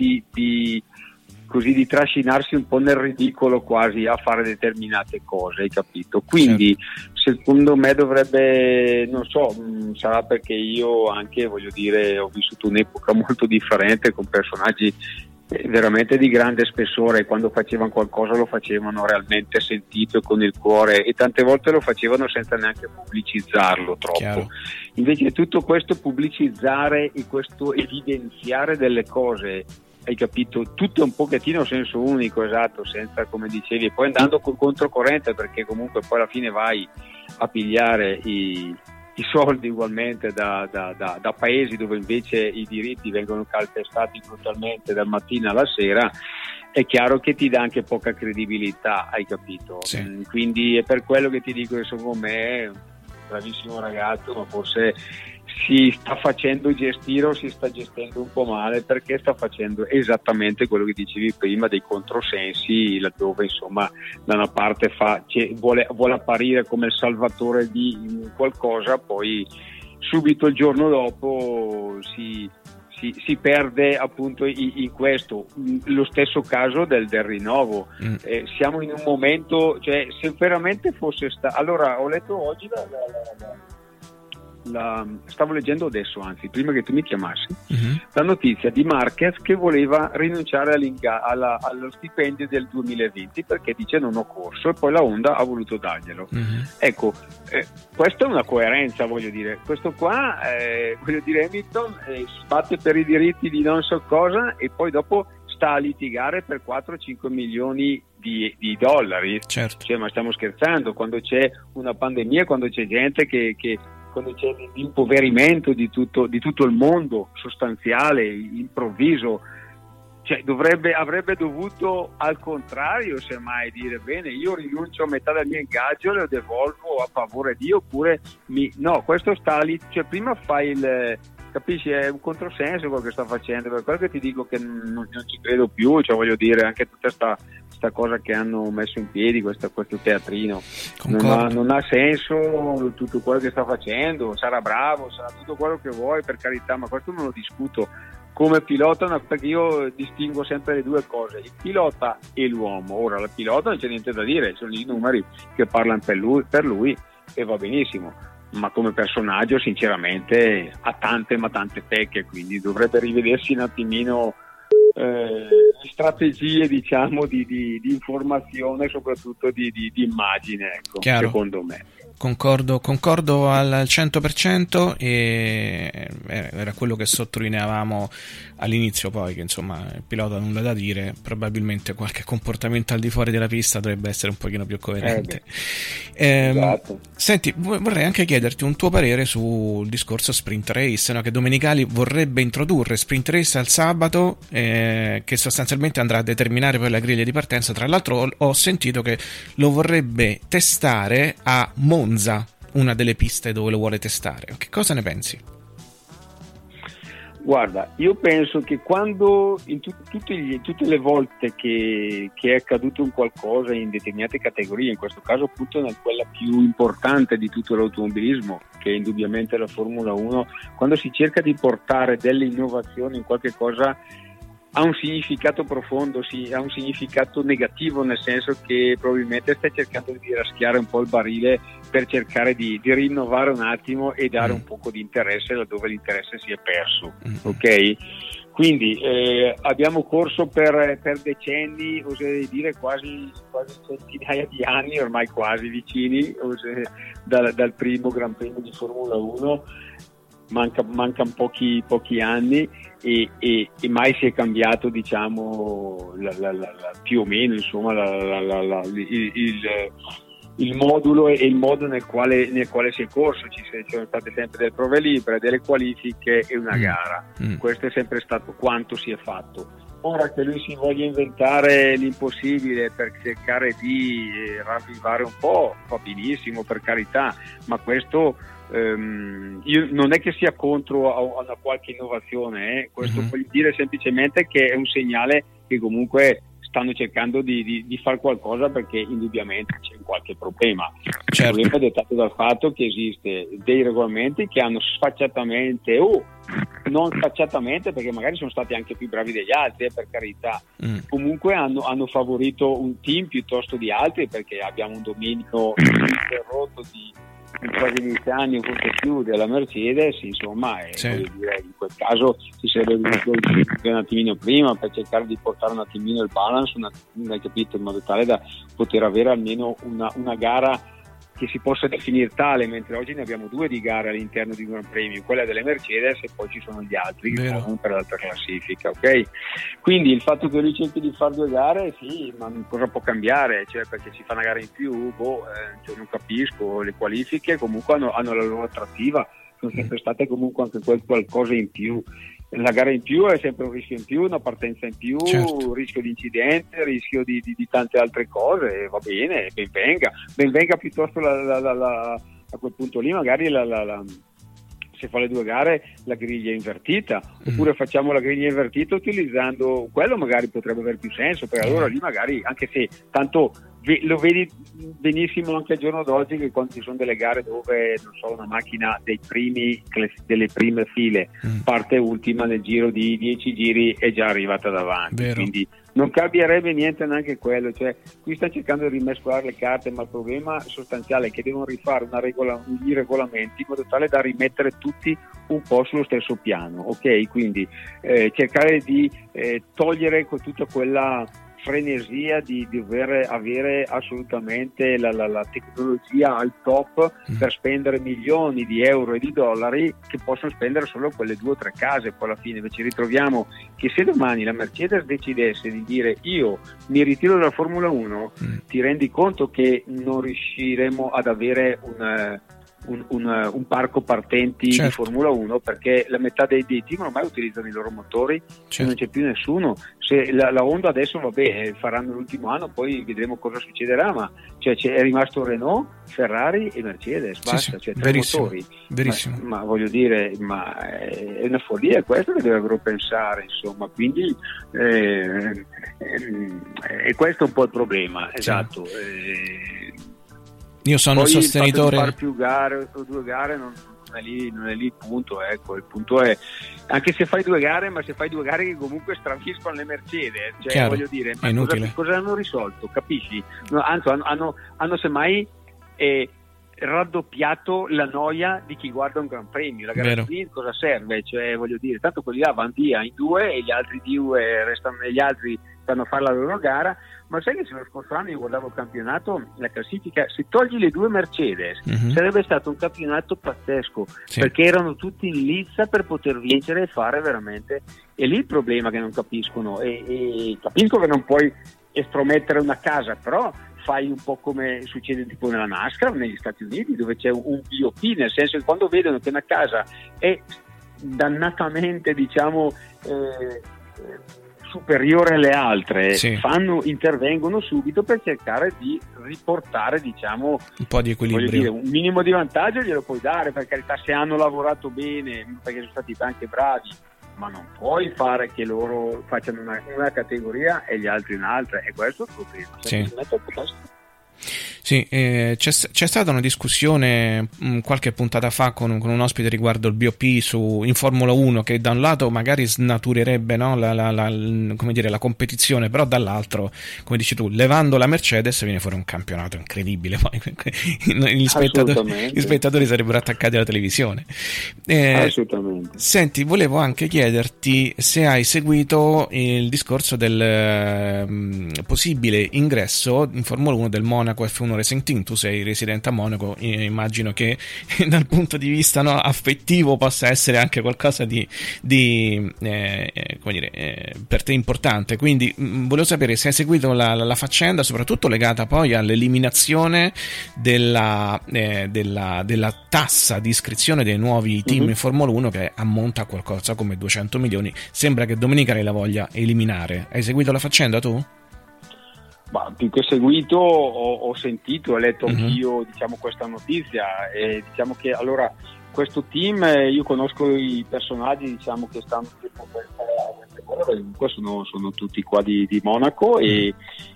di trascinarsi un po' nel ridicolo quasi a fare determinate cose, hai capito? Quindi secondo me dovrebbe, non so, sarà perché io anche, voglio dire, ho vissuto un'epoca molto differente con personaggi veramente di grande spessore, e quando facevano qualcosa lo facevano realmente sentito e con il cuore, e tante volte lo facevano senza neanche pubblicizzarlo troppo. Chiaro. Invece tutto questo pubblicizzare e questo evidenziare delle cose, hai capito, tutto un pochettino a senso unico, esatto, senza, come dicevi, e poi andando controcorrente, perché comunque poi alla fine vai a pigliare i soldi ugualmente da paesi dove invece i diritti vengono calpestati brutalmente dal mattino alla sera, è chiaro che ti dà anche poca credibilità, hai capito? Sì. Quindi è per quello che ti dico che secondo me è un bravissimo ragazzo, ma forse si sta facendo gestire o si sta gestendo un po' male, perché sta facendo esattamente quello che dicevi prima, dei controsensi, laddove insomma da una parte vuole apparire come il salvatore di qualcosa, poi subito il giorno dopo si perde appunto in questo. Lo stesso caso del rinnovo. Siamo in un momento, cioè, se veramente fosse allora ho letto oggi stavo leggendo adesso, anzi prima che tu mi chiamassi, la notizia di Marquez che voleva rinunciare allo stipendio del 2020 perché dice non ho corso, e poi la Honda ha voluto darglielo. Ecco, questa è una coerenza, voglio dire. Questo qua, voglio dire, Hamilton sbatte per i diritti di non so cosa e poi dopo sta a litigare per 4-5 milioni di dollari. Certo. Cioè, ma stiamo scherzando? Quando c'è una pandemia, quando c'è gente che quando c'è l'impoverimento di tutto il mondo sostanziale, improvviso, cioè avrebbe dovuto al contrario semmai dire bene, io rinuncio a metà del mio ingaggio e lo devolvo a favore di, oppure no, questo sta lì, cioè prima fai capisci, è un controsenso quello che sta facendo, per quello che ti dico che non ci credo più, cioè voglio dire, anche tutta sta cosa che hanno messo in piedi, questo teatrino non ha senso tutto quello che sta facendo. Sarà bravo, sarà tutto quello che vuoi, per carità, ma questo non lo discuto. Come pilota, perché io distingo sempre le due cose, il pilota e l'uomo. Ora, il pilota non c'è niente da dire, sono i numeri che parlano per lui e va benissimo, ma come personaggio sinceramente ha tante pecche, quindi dovrebbe rivedersi un attimino strategie, diciamo, di informazione, soprattutto di immagine, ecco, secondo me. Concordo al 100%, e era quello che sottolineavamo all'inizio, poi che insomma il pilota ha nulla da dire, probabilmente qualche comportamento al di fuori della pista dovrebbe essere un pochino più coerente. Esatto. Senti, vorrei anche chiederti un tuo parere sul discorso sprint race, no? Che Domenicali vorrebbe introdurre sprint race al sabato, che sostanzialmente andrà a determinare poi la griglia di partenza. Tra l'altro ho sentito che lo vorrebbe testare a Monza, una delle piste dove lo vuole testare. Che cosa ne pensi? Guarda, io penso che quando tutte le volte che è accaduto un qualcosa in determinate categorie, in questo caso appunto quella più importante di tutto l'automobilismo, che è indubbiamente la Formula 1, quando si cerca di portare delle innovazioni in qualche cosa, ha un significato profondo, ha un significato negativo, nel senso che probabilmente stai cercando di raschiare un po' il barile per cercare di rinnovare un attimo e dare un poco di interesse laddove l'interesse si è perso, ok? Quindi abbiamo corso per decenni, oserei dire quasi centinaia di anni, ormai quasi vicini, dal primo Gran Premio di Formula 1. Mancano pochi anni e mai si è cambiato, diciamo, più o meno, insomma, il modulo e il modo nel quale si è corso. Ci sono state sempre delle prove libere, delle qualifiche e una gara. Questo è sempre stato quanto si è fatto. Ora che lui si voglia inventare l'impossibile per cercare di ravvivare un po', va benissimo, per carità, ma questo io non è che sia contro a una qualche innovazione, questo vuol dire semplicemente che è un segnale che comunque stanno cercando di fare qualcosa, perché indubbiamente c'è qualche problema. Il problema è dettato dal fatto che esiste dei regolamenti che hanno sfacciatamente non sfacciatamente, perché magari sono stati anche più bravi degli altri, per carità, comunque hanno favorito un team piuttosto di altri, perché abbiamo un dominio interrotto di quasi 10 anni o forse più della Mercedes, insomma, voglio dire, in quel caso si sarebbe dovuto un attimino prima per cercare di portare un attimino il balance, hai capito, in modo tale da poter avere almeno una gara che si possa definire tale, mentre oggi ne abbiamo 2 di gare all'interno di un Gran Premio, quella delle Mercedes e poi ci sono gli altri che corrono per l'altra classifica, ok? Quindi il fatto che lui cerchi di fare 2 gare, sì, ma cosa può cambiare? Cioè, perché si fa una gara in più, cioè non capisco. Le qualifiche comunque hanno la loro attrattiva, sono sempre state comunque anche qualcosa in più. La gara in più è sempre un rischio in più, una partenza in più, un rischio di incidente, rischio di tante altre cose. Va bene, ben venga piuttosto a quel punto lì magari se fa le 2 gare la griglia invertita, oppure facciamo la griglia invertita utilizzando quello, magari potrebbe avere più senso, perché allora lì magari, anche se tanto lo vedi benissimo anche al giorno d'oggi, che quando ci sono delle gare dove, non so, una macchina delle prime file parte ultima nel giro di 10 giri è già arrivata davanti. Quindi non cambierebbe niente neanche quello, cioè qui stanno cercando di rimescolare le carte, ma il problema sostanziale è che devono rifare i regolamenti in modo tale da rimettere tutti un po' sullo stesso piano, ok? Quindi cercare di togliere tutta quella frenesia di dover avere assolutamente la tecnologia al top per spendere milioni di euro e di dollari che possono spendere solo quelle 2 o 3 case. Poi alla fine invece ritroviamo che se domani la Mercedes decidesse di dire io mi ritiro dalla Formula 1, ti rendi conto che non riusciremo ad avere un parco partenti di Formula 1, perché la metà dei team ormai utilizzano i loro motori, non c'è più nessuno. Se la Honda adesso faranno l'ultimo anno, poi vedremo cosa succederà, ma è rimasto Renault, Ferrari e Mercedes, basta, 3 motori. Verissimo. Ma voglio dire, è una follia, è questo che dovrebbero pensare, insomma, quindi è questo un po' il problema, esatto. Io sono un sostenitore. Fare più gare o 2 gare non è lì il punto, ecco. Il punto è, anche se fai 2 gare, ma se fai 2 gare che comunque straviscono le Mercedes, cioè, voglio dire, è inutile. Cosa hanno risolto? Capisci? No, anzi, hanno semmai raddoppiato la noia di chi guarda un Gran Premio. La gara sprint cosa serve? Cioè, voglio dire, tanto quelli là vanno via in 2 e gli altri 2 restano, gli altri fanno fare la loro gara. Ma sai che se lo scorso anno io guardavo il campionato, la classifica, se togli le due Mercedes sarebbe stato un campionato pazzesco, perché erano tutti in lizza per poter vincere e fare veramente. E lì il problema che non capiscono, e capisco che non puoi estromettere una casa, però fai un po' come succede tipo nella NASCAR negli Stati Uniti, dove c'è un BOP, nel senso che quando vedono che una casa è dannatamente, diciamo, superiore alle altre, intervengono subito per cercare di riportare, diciamo, un po' di equilibrio. Un minimo di vantaggio glielo puoi dare, per carità, se hanno lavorato bene, perché sono stati anche bravi, ma non puoi fare che loro facciano una categoria e gli altri un'altra, e questo è il problema. Sì, c'è stata una discussione qualche puntata fa con un ospite riguardo il BOP in Formula 1, che da un lato magari snaturerebbe, no, come dire, la competizione, però dall'altro, come dici tu, levando la Mercedes viene fuori un campionato incredibile, poi gli spettatori sarebbero attaccati alla televisione. Assolutamente. Senti, volevo anche chiederti se hai seguito il discorso del possibile ingresso in Formula 1 del Monaco F1 Racing Team. Tu sei residente a Monaco, immagino che dal punto di vista, no, affettivo possa essere anche qualcosa di come dire, per te importante, quindi volevo sapere se hai seguito la faccenda, soprattutto legata poi all'eliminazione della tassa di iscrizione dei nuovi team in Formula 1, che ammonta a qualcosa come 200 milioni. Sembra che Domenicali la voglia eliminare. Hai seguito la faccenda tu? Ma più che seguito, ho sentito, ho letto anch'io, diciamo, questa notizia, e diciamo che allora questo team, io conosco i personaggi, diciamo, che stanno dietro queste cose, comunque sono tutti qua di Monaco, e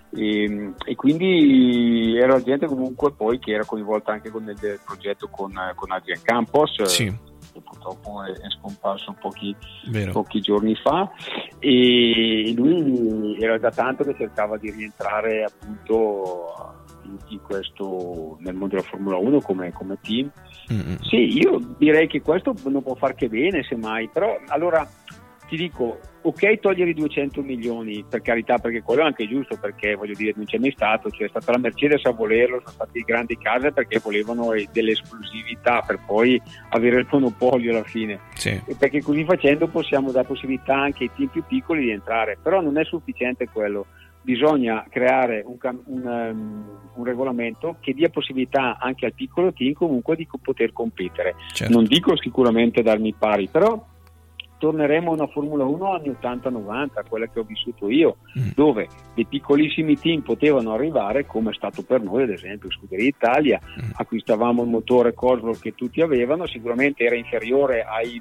quindi era gente comunque poi che era coinvolta anche con il progetto con Adrian Campos, che purtroppo è scomparso pochi giorni fa, e lui era da tanto che cercava di rientrare appunto in questo, nel mondo della Formula 1 come team. Sì, io direi che questo non può far che bene, semmai, però allora ti dico, ok, togliere i 200 milioni, per carità, perché quello è anche giusto, perché voglio dire, non c'è mai stato, c'è stata la Mercedes a volerlo, sono state grandi case perché volevano dell'esclusività per poi avere il monopolio alla fine, e perché così facendo possiamo dare possibilità anche ai team più piccoli di entrare, però non è sufficiente quello, bisogna creare un regolamento che dia possibilità anche al piccolo team comunque di poter competere, non dico sicuramente darmi pari, però torneremo a una Formula 1 anni 80-90, quella che ho vissuto io, dove dei piccolissimi team potevano arrivare, come è stato per noi ad esempio Scuderia Italia, acquistavamo il motore Cosworth che tutti avevano, sicuramente era inferiore ai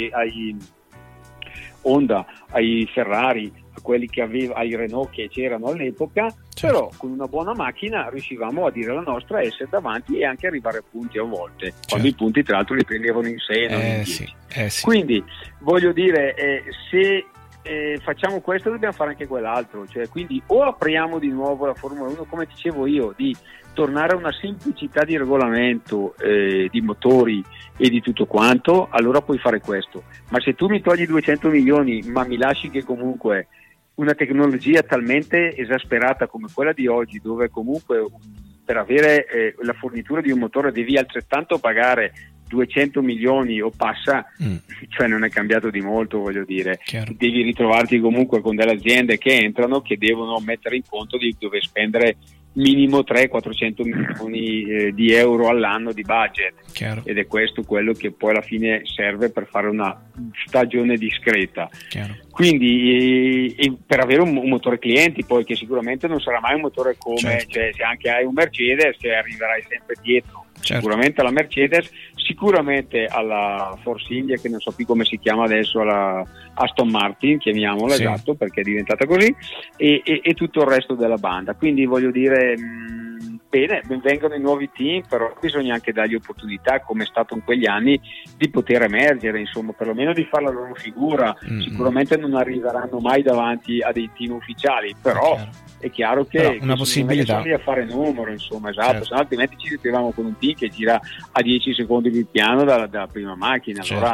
Honda, ai Ferrari, a quelli che aveva, ai Renault che c'erano all'epoca, però con una buona macchina riuscivamo a dire la nostra, essere davanti e anche arrivare a punti a volte, quando i punti tra l'altro li prendevano in 6 non in 10. Quindi voglio dire, se facciamo questo dobbiamo fare anche quell'altro, cioè quindi o apriamo di nuovo la Formula 1, come dicevo io, di tornare a una semplicità di regolamento, di motori e di tutto quanto, allora puoi fare questo, ma se tu mi togli 200 milioni ma mi lasci che comunque una tecnologia talmente esasperata come quella di oggi, dove comunque per avere la fornitura di un motore devi altrettanto pagare 200 milioni o passa, cioè non è cambiato di molto, voglio dire. Devi ritrovarti comunque con delle aziende che entrano, che devono mettere in conto di dover spendere minimo 300-400 milioni di euro all'anno di budget. Ed è questo quello che poi alla fine serve per fare una stagione discreta. Quindi per avere un motore clienti poi, che sicuramente non sarà mai un motore come, cioè, se anche hai un Mercedes arriverai sempre dietro. Sicuramente alla Mercedes, sicuramente alla Force India, che non so più come si chiama adesso, alla Aston Martin, chiamiamola, esatto, perché è diventata così, e tutto il resto della banda. Quindi voglio dire, bene, vengono i nuovi team, però bisogna anche dargli opportunità, come è stato in quegli anni, di poter emergere, insomma, perlomeno di fare la loro figura. Sicuramente non arriveranno mai davanti a dei team ufficiali, però è chiaro che una possibilità, non è che a fare numero, insomma, esatto, se no altrimenti ci ritroviamo con un team che gira a 10 secondi di piano dalla prima macchina, allora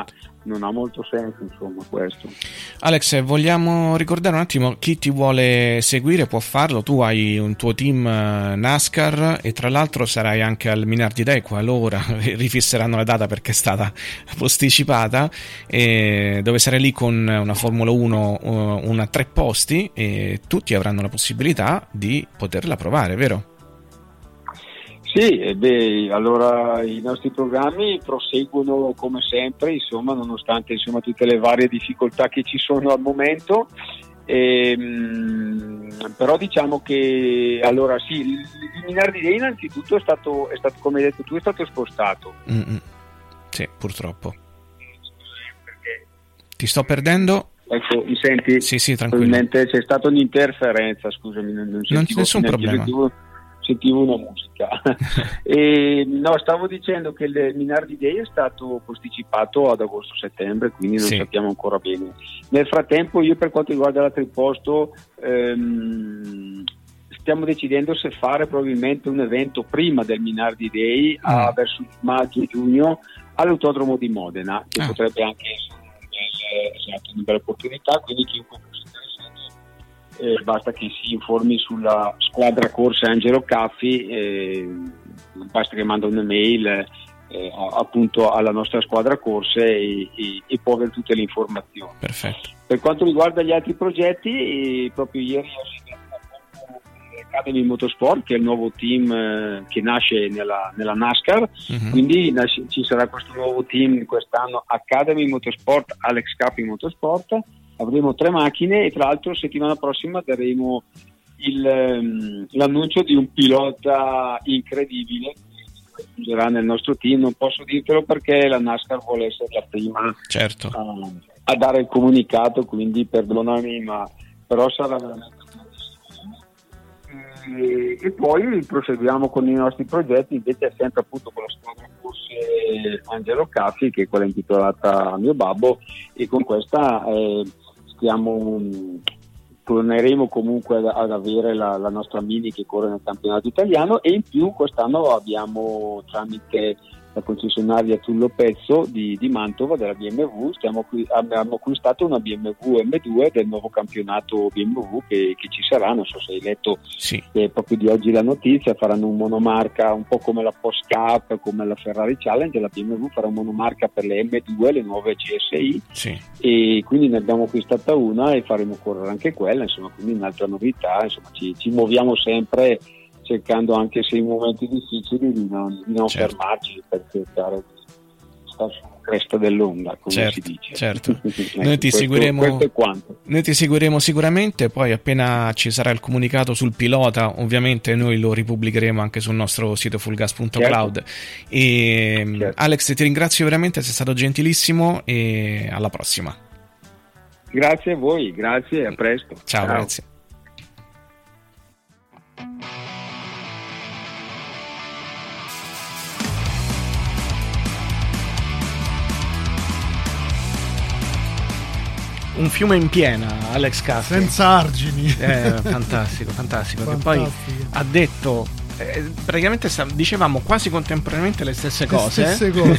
non ha molto senso, insomma, questo. Alex, vogliamo ricordare un attimo chi ti vuole seguire, può farlo. Tu hai un tuo team NASCAR e tra l'altro sarai anche al Minardi Day, qualora rifisseranno la data perché è stata posticipata, dove sarai lì con una Formula 1, una 3 posti, e tutti avranno la possibilità di poterla provare, vero? Sì, allora i nostri programmi proseguono come sempre, insomma, nonostante insomma tutte le varie difficoltà che ci sono al momento. Però diciamo che allora sì, il Minardi Day innanzitutto è stato, come hai detto tu, è stato spostato. Sì, purtroppo. Ti sto perdendo? Ecco, mi senti? Sì, tranquillo. Probabilmente c'è stata un'interferenza, scusami, non nessun problema. Sentivo una musica. No, stavo dicendo che il Minardi Day è stato posticipato ad agosto-settembre, quindi non sappiamo ancora bene. Nel frattempo, io per quanto riguarda la triposto, stiamo decidendo se fare probabilmente un evento prima del Minardi Day verso maggio-giugno all'Autodromo di Modena, che potrebbe anche essere una bella opportunità, quindi chiunque fosse interessato basta che si informi sulla squadra corse Angelo Caffi, basta che manda un'email appunto alla nostra squadra corse e può avere tutte le informazioni. Perfetto. Per quanto riguarda gli altri progetti, proprio ieri ho segnato Academy Motorsport, che è il nuovo team che nasce nella NASCAR, quindi ci sarà questo nuovo team quest'anno, Academy Motorsport, Alex Caffi Motorsport. Avremo 3 macchine e tra l'altro settimana prossima daremo l'annuncio di un pilota incredibile che aggiungerà nel nostro team. Non posso dirtelo perché la NASCAR vuole essere la prima a dare il comunicato, quindi perdonami, però sarà veramente. E poi proseguiamo con i nostri progetti, invece è sempre appunto con la squadra corse Angelo Caffi, che è quella intitolata a mio babbo, e con questa torneremo comunque ad avere la nostra Mini che corre nel campionato italiano, e in più quest'anno abbiamo, tramite la concessionaria Tullo Pezzo di Mantova della BMW, abbiamo acquistato una BMW M2 del nuovo campionato BMW che ci sarà. Non so se hai letto che proprio di oggi la notizia, faranno un monomarca un po' come la Porsche Cup, come la Ferrari Challenge, la BMW farà un monomarca per le M2, le nuove GSI, e quindi ne abbiamo acquistata una e faremo correre anche quella, insomma, quindi un'altra novità, insomma ci muoviamo sempre cercando, anche se in momenti difficili, di non fermarci, per cercare di stare sulla cresta dell'onda, come si dice. Certo. Noi ti seguiremo sicuramente, poi appena ci sarà il comunicato sul pilota, ovviamente noi lo ripubblicheremo anche sul nostro sito fullgas.cloud. Alex, ti ringrazio veramente, sei stato gentilissimo, e alla prossima. Grazie a voi, grazie, a presto. Ciao. Grazie. Un fiume in piena, Alex Caffi, senza argini. Fantastico. Che poi ha detto praticamente dicevamo quasi contemporaneamente le stesse cose.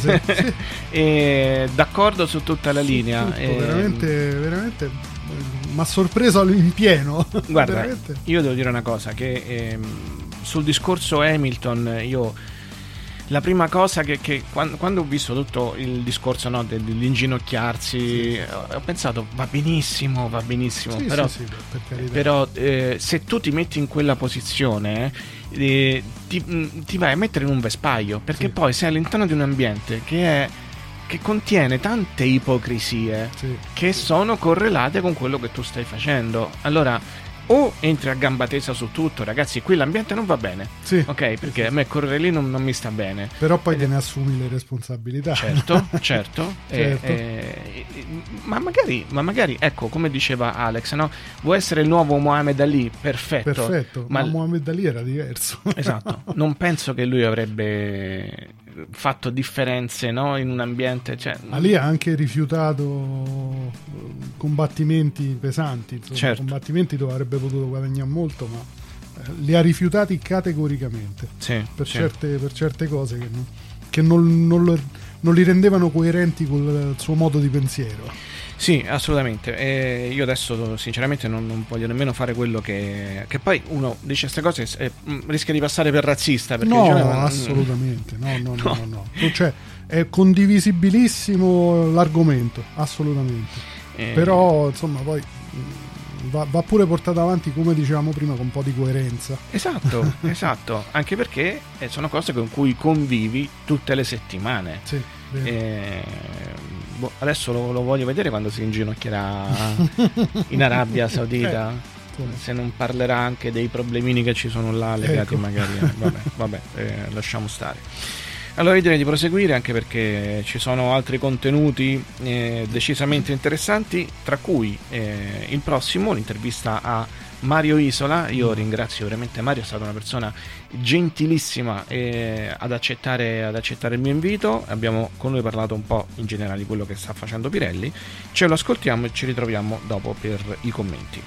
E d'accordo su tutta la linea. Veramente mi ha sorpreso in pieno. Guarda, veramente. Io devo dire una cosa, che sul discorso Hamilton, io la prima cosa che quando ho visto tutto il discorso, no, dell'inginocchiarsi, ho pensato va benissimo, però se tu ti metti in quella posizione ti vai a mettere in un vespaio, perché poi sei all'interno di un ambiente che contiene tante ipocrisie che sono correlate con quello che tu stai facendo. Allora o entri a gamba tesa su tutto, ragazzi, qui l'ambiente non va bene, ok, perché a me correre lì non mi sta bene, però poi te ne assumi le responsabilità. Certo. Ma magari ecco, come diceva Alex, no? Vuoi essere il nuovo Muhammad Ali? Perfetto, ma Muhammad Ali era diverso. Esatto, non penso che lui avrebbe fatto differenze, no, in un ambiente, Ali ha anche rifiutato combattimenti pesanti, insomma, combattimenti dove avrebbe potuto guadagnare molto, ma li ha rifiutati categoricamente per certe cose che non non li rendevano coerenti col suo modo di pensiero. Sì, assolutamente. Io adesso sinceramente non voglio nemmeno fare quello che poi uno dice queste cose e rischia di passare per razzista, perché assolutamente no. Cioè, è condivisibilissimo l'argomento, assolutamente. Però insomma poi va pure portato avanti, come dicevamo prima, con un po' di coerenza. Esatto, anche perché sono cose con cui convivi tutte le settimane. Sì, adesso lo voglio vedere quando si inginocchierà in Arabia Saudita, se non parlerà anche dei problemini che ci sono là legati magari vabbè, lasciamo stare. Allora io direi di proseguire, anche perché ci sono altri contenuti decisamente interessanti, tra cui il prossimo, l'intervista a Mario Isola. Io ringrazio veramente Mario, è stata una persona gentilissima ad accettare il mio invito. Abbiamo con lui parlato un po' in generale di quello che sta facendo Pirelli. Ce lo ascoltiamo e ci ritroviamo dopo per i commenti.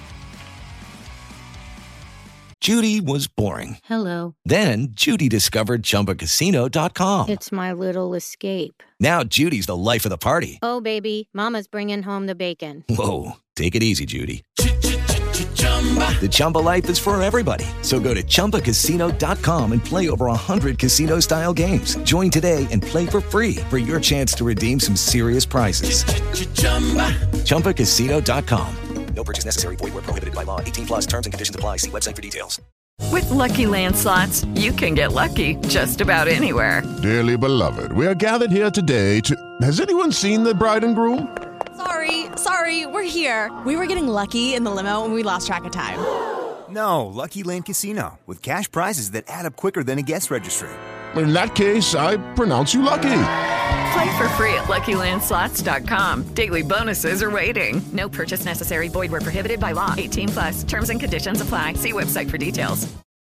Judy was boring. Hello. Then Judy discovered ChumbaCasino.com. It's my little escape. Now Judy's the life of the party. Oh, baby, mama's bringing home the bacon. Whoa, take it easy, Judy. The Chumba life is for everybody. So go to ChumbaCasino.com and play over 100 casino-style games. Join today and play for free for your chance to redeem some serious prizes. ChumbaCasino.com. No purchase necessary. Void where prohibited by law. 18+ terms and conditions apply. See website for details. With Lucky Land Slots, you can get lucky just about anywhere. Dearly beloved, we are gathered here today to... Has anyone seen the bride and groom? Sorry, we're here. We were getting lucky in the limo and we lost track of time. No, Lucky Land Casino, with cash prizes that add up quicker than a guest registry. In that case, I pronounce you lucky. Play for free at LuckyLandSlots.com. Daily bonuses are waiting. No purchase necessary. Void where prohibited by law. 18+. Terms and conditions apply. See website for details.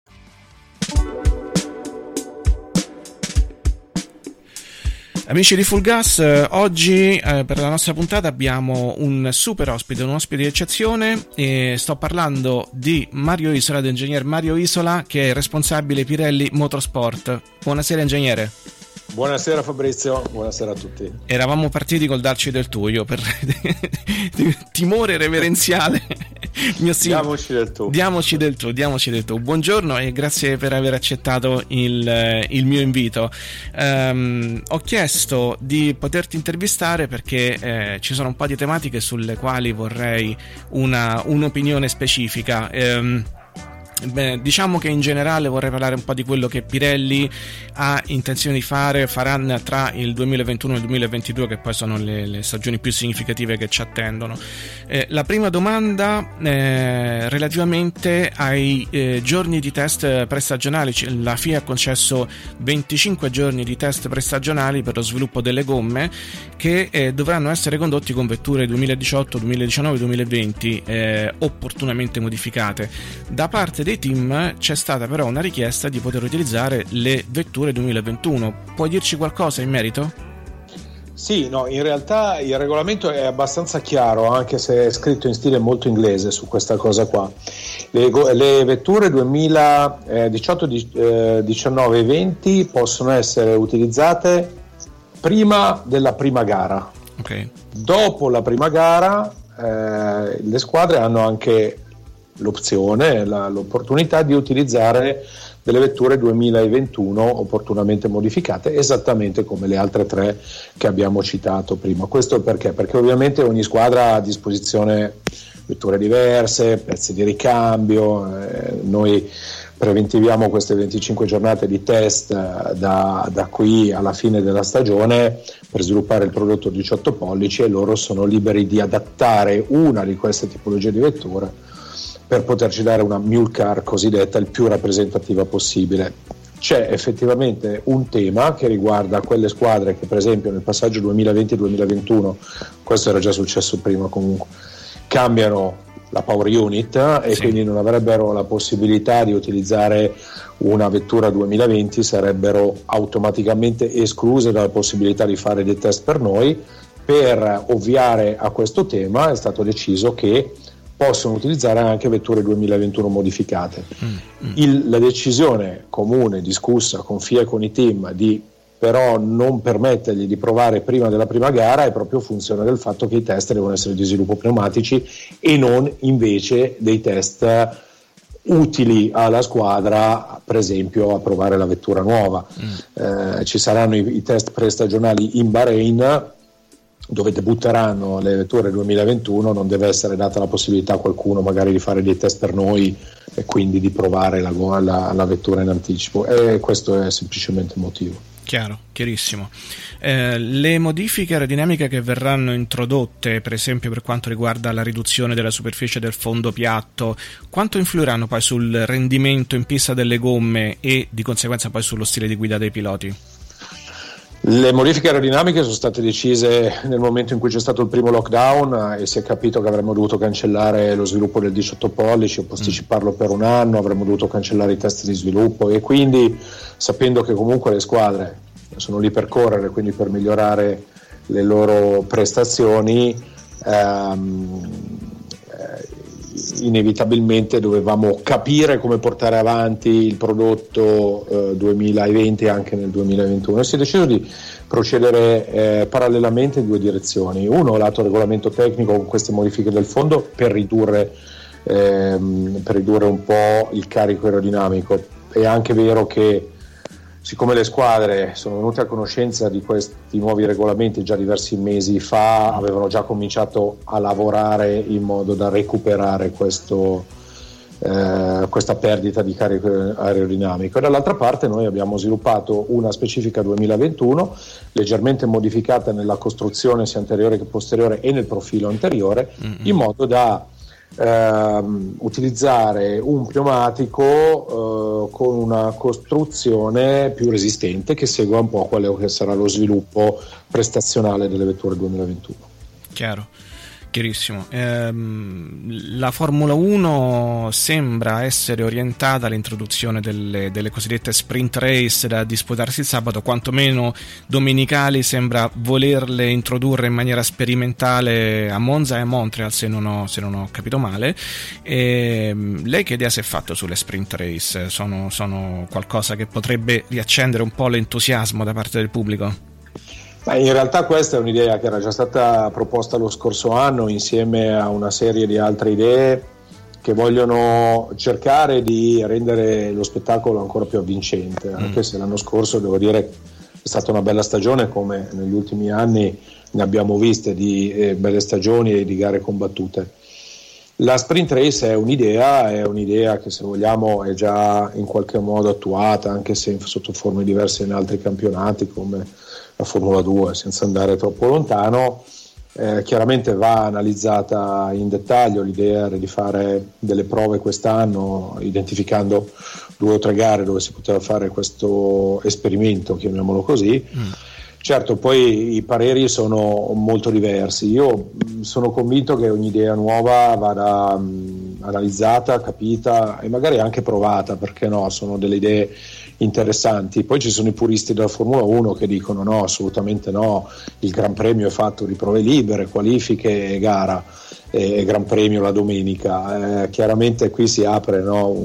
Amici di Full Gas, oggi per la nostra puntata abbiamo un super ospite, un ospite di eccezione, e sto parlando di Mario Isola, dell'ingegner Mario Isola, che è responsabile Pirelli Motorsport. Buonasera ingegnere. Buonasera Fabrizio, buonasera a tutti. Eravamo partiti col darci del tu, io per timore reverenziale. Diamoci del tu. Buongiorno e grazie per aver accettato il mio invito. Ho chiesto di poterti intervistare perché ci sono un po' di tematiche sulle quali vorrei un'opinione specifica. Diciamo che in generale vorrei parlare un po' di quello che Pirelli ha intenzione di faranno tra il 2021 e il 2022, che poi sono le stagioni più significative che ci attendono. La prima domanda relativamente ai giorni di test prestagionali. La FIA ha concesso 25 giorni di test prestagionali per lo sviluppo delle gomme, che dovranno essere condotti con vetture 2018, 2019 e 2020 opportunamente modificate. Da parte dei team c'è stata però una richiesta di poter utilizzare le vetture 2021. Puoi dirci qualcosa in merito? Sì, no, in realtà il regolamento è abbastanza chiaro, anche se è scritto in stile molto inglese su questa cosa qua. Le vetture 2018, 19 e 20 possono essere utilizzate prima della prima gara. Okay. Dopo la prima gara le squadre hanno anche l'opzione, l'opportunità di utilizzare delle vetture 2021 opportunamente modificate, esattamente come le altre tre che abbiamo citato prima. Questo perché? Perché ovviamente ogni squadra ha a disposizione vetture diverse, pezzi di ricambio. Noi preventiviamo queste 25 giornate di test da qui alla fine della stagione per sviluppare il prodotto 18 pollici, e loro sono liberi di adattare una di queste tipologie di vetture per poterci dare una mule car cosiddetta il più rappresentativa possibile. C'è effettivamente un tema che riguarda quelle squadre che per esempio nel passaggio 2020-2021, questo era già successo prima comunque, cambiano la power unit e quindi non avrebbero la possibilità di utilizzare una vettura 2020, sarebbero automaticamente escluse dalla possibilità di fare dei test per noi. Per ovviare a questo tema è stato deciso che possono utilizzare anche vetture 2021 modificate. La decisione comune discussa con FIA e con i team di però non permettergli di provare prima della prima gara è proprio funzione del fatto che i test devono essere di sviluppo pneumatici e non invece dei test utili alla squadra, per esempio a provare la vettura nuova. Ci saranno i test prestagionali in Bahrain, dove debutteranno le vetture 2021, non deve essere data la possibilità a qualcuno magari di fare dei test per noi e quindi di provare la vettura in anticipo, e questo è semplicemente il motivo. Chiaro, chiarissimo. Le modifiche aerodinamiche che verranno introdotte, per esempio per quanto riguarda la riduzione della superficie del fondo piatto, quanto influiranno poi sul rendimento in pista delle gomme e di conseguenza poi sullo stile di guida dei piloti? Le modifiche aerodinamiche sono state decise nel momento in cui c'è stato il primo lockdown e si è capito che avremmo dovuto cancellare lo sviluppo del 18 pollici o posticiparlo per un anno, avremmo dovuto cancellare i test di sviluppo, e quindi, sapendo che comunque le squadre sono lì per correre, quindi per migliorare le loro prestazioni, inevitabilmente dovevamo capire come portare avanti il prodotto 2020 anche nel 2021, e si è deciso di procedere parallelamente in due direzioni. Uno, lato regolamento tecnico, con queste modifiche del fondo per ridurre un po' il carico aerodinamico. È anche vero che, siccome le squadre sono venute a conoscenza di questi nuovi regolamenti già diversi mesi fa, avevano già cominciato a lavorare in modo da recuperare questa perdita di carico aerodinamico. E dall'altra parte noi abbiamo sviluppato una specifica 2021 leggermente modificata nella costruzione sia anteriore che posteriore e nel profilo anteriore, in modo da utilizzare un pneumatico con una costruzione più resistente, che segua un po' quello che sarà lo sviluppo prestazionale delle vetture 2021. Chiaro, chiarissimo. La Formula 1 sembra essere orientata all'introduzione delle cosiddette sprint race da disputarsi il sabato, quantomeno domenicali, sembra volerle introdurre in maniera sperimentale a Monza e a Montreal, se non ho capito male. Lei che idea si è fatto sulle sprint race? Sono qualcosa che potrebbe riaccendere un po' l'entusiasmo da parte del pubblico? In realtà questa è un'idea che era già stata proposta lo scorso anno insieme a una serie di altre idee che vogliono cercare di rendere lo spettacolo ancora più avvincente, anche se l'anno scorso, devo dire, è stata una bella stagione, come negli ultimi anni ne abbiamo viste di belle stagioni e di gare combattute. La sprint race è un'idea che, se vogliamo, è già in qualche modo attuata, anche se sotto forme diverse in altri campionati come la Formula 2, senza andare troppo lontano. Chiaramente va analizzata in dettaglio. L'idea era di fare delle prove quest'anno, identificando 2 o 3 gare dove si poteva fare questo esperimento, chiamiamolo così. Certo, poi i pareri sono molto diversi. Io sono convinto che ogni idea nuova vada analizzata, capita e magari anche provata, perché no, sono delle idee interessanti. Poi ci sono i puristi della Formula 1 che dicono no, assolutamente no, il Gran Premio è fatto di prove libere, qualifiche e gara, e Gran Premio la domenica. Chiaramente qui si apre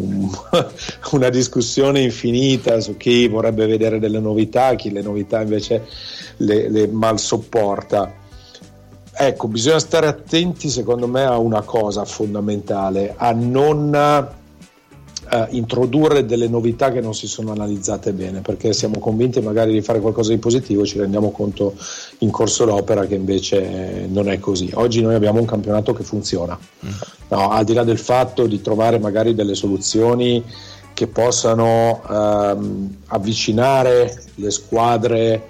una discussione infinita su chi vorrebbe vedere delle novità, chi le novità invece le mal sopporta. Ecco, bisogna stare attenti, secondo me, a una cosa fondamentale: a non introdurre delle novità che non si sono analizzate bene, perché siamo convinti magari di fare qualcosa di positivo e ci rendiamo conto in corso d'opera che invece non è così. Oggi noi abbiamo un campionato che funziona, al di là del fatto di trovare magari delle soluzioni che possano avvicinare le squadre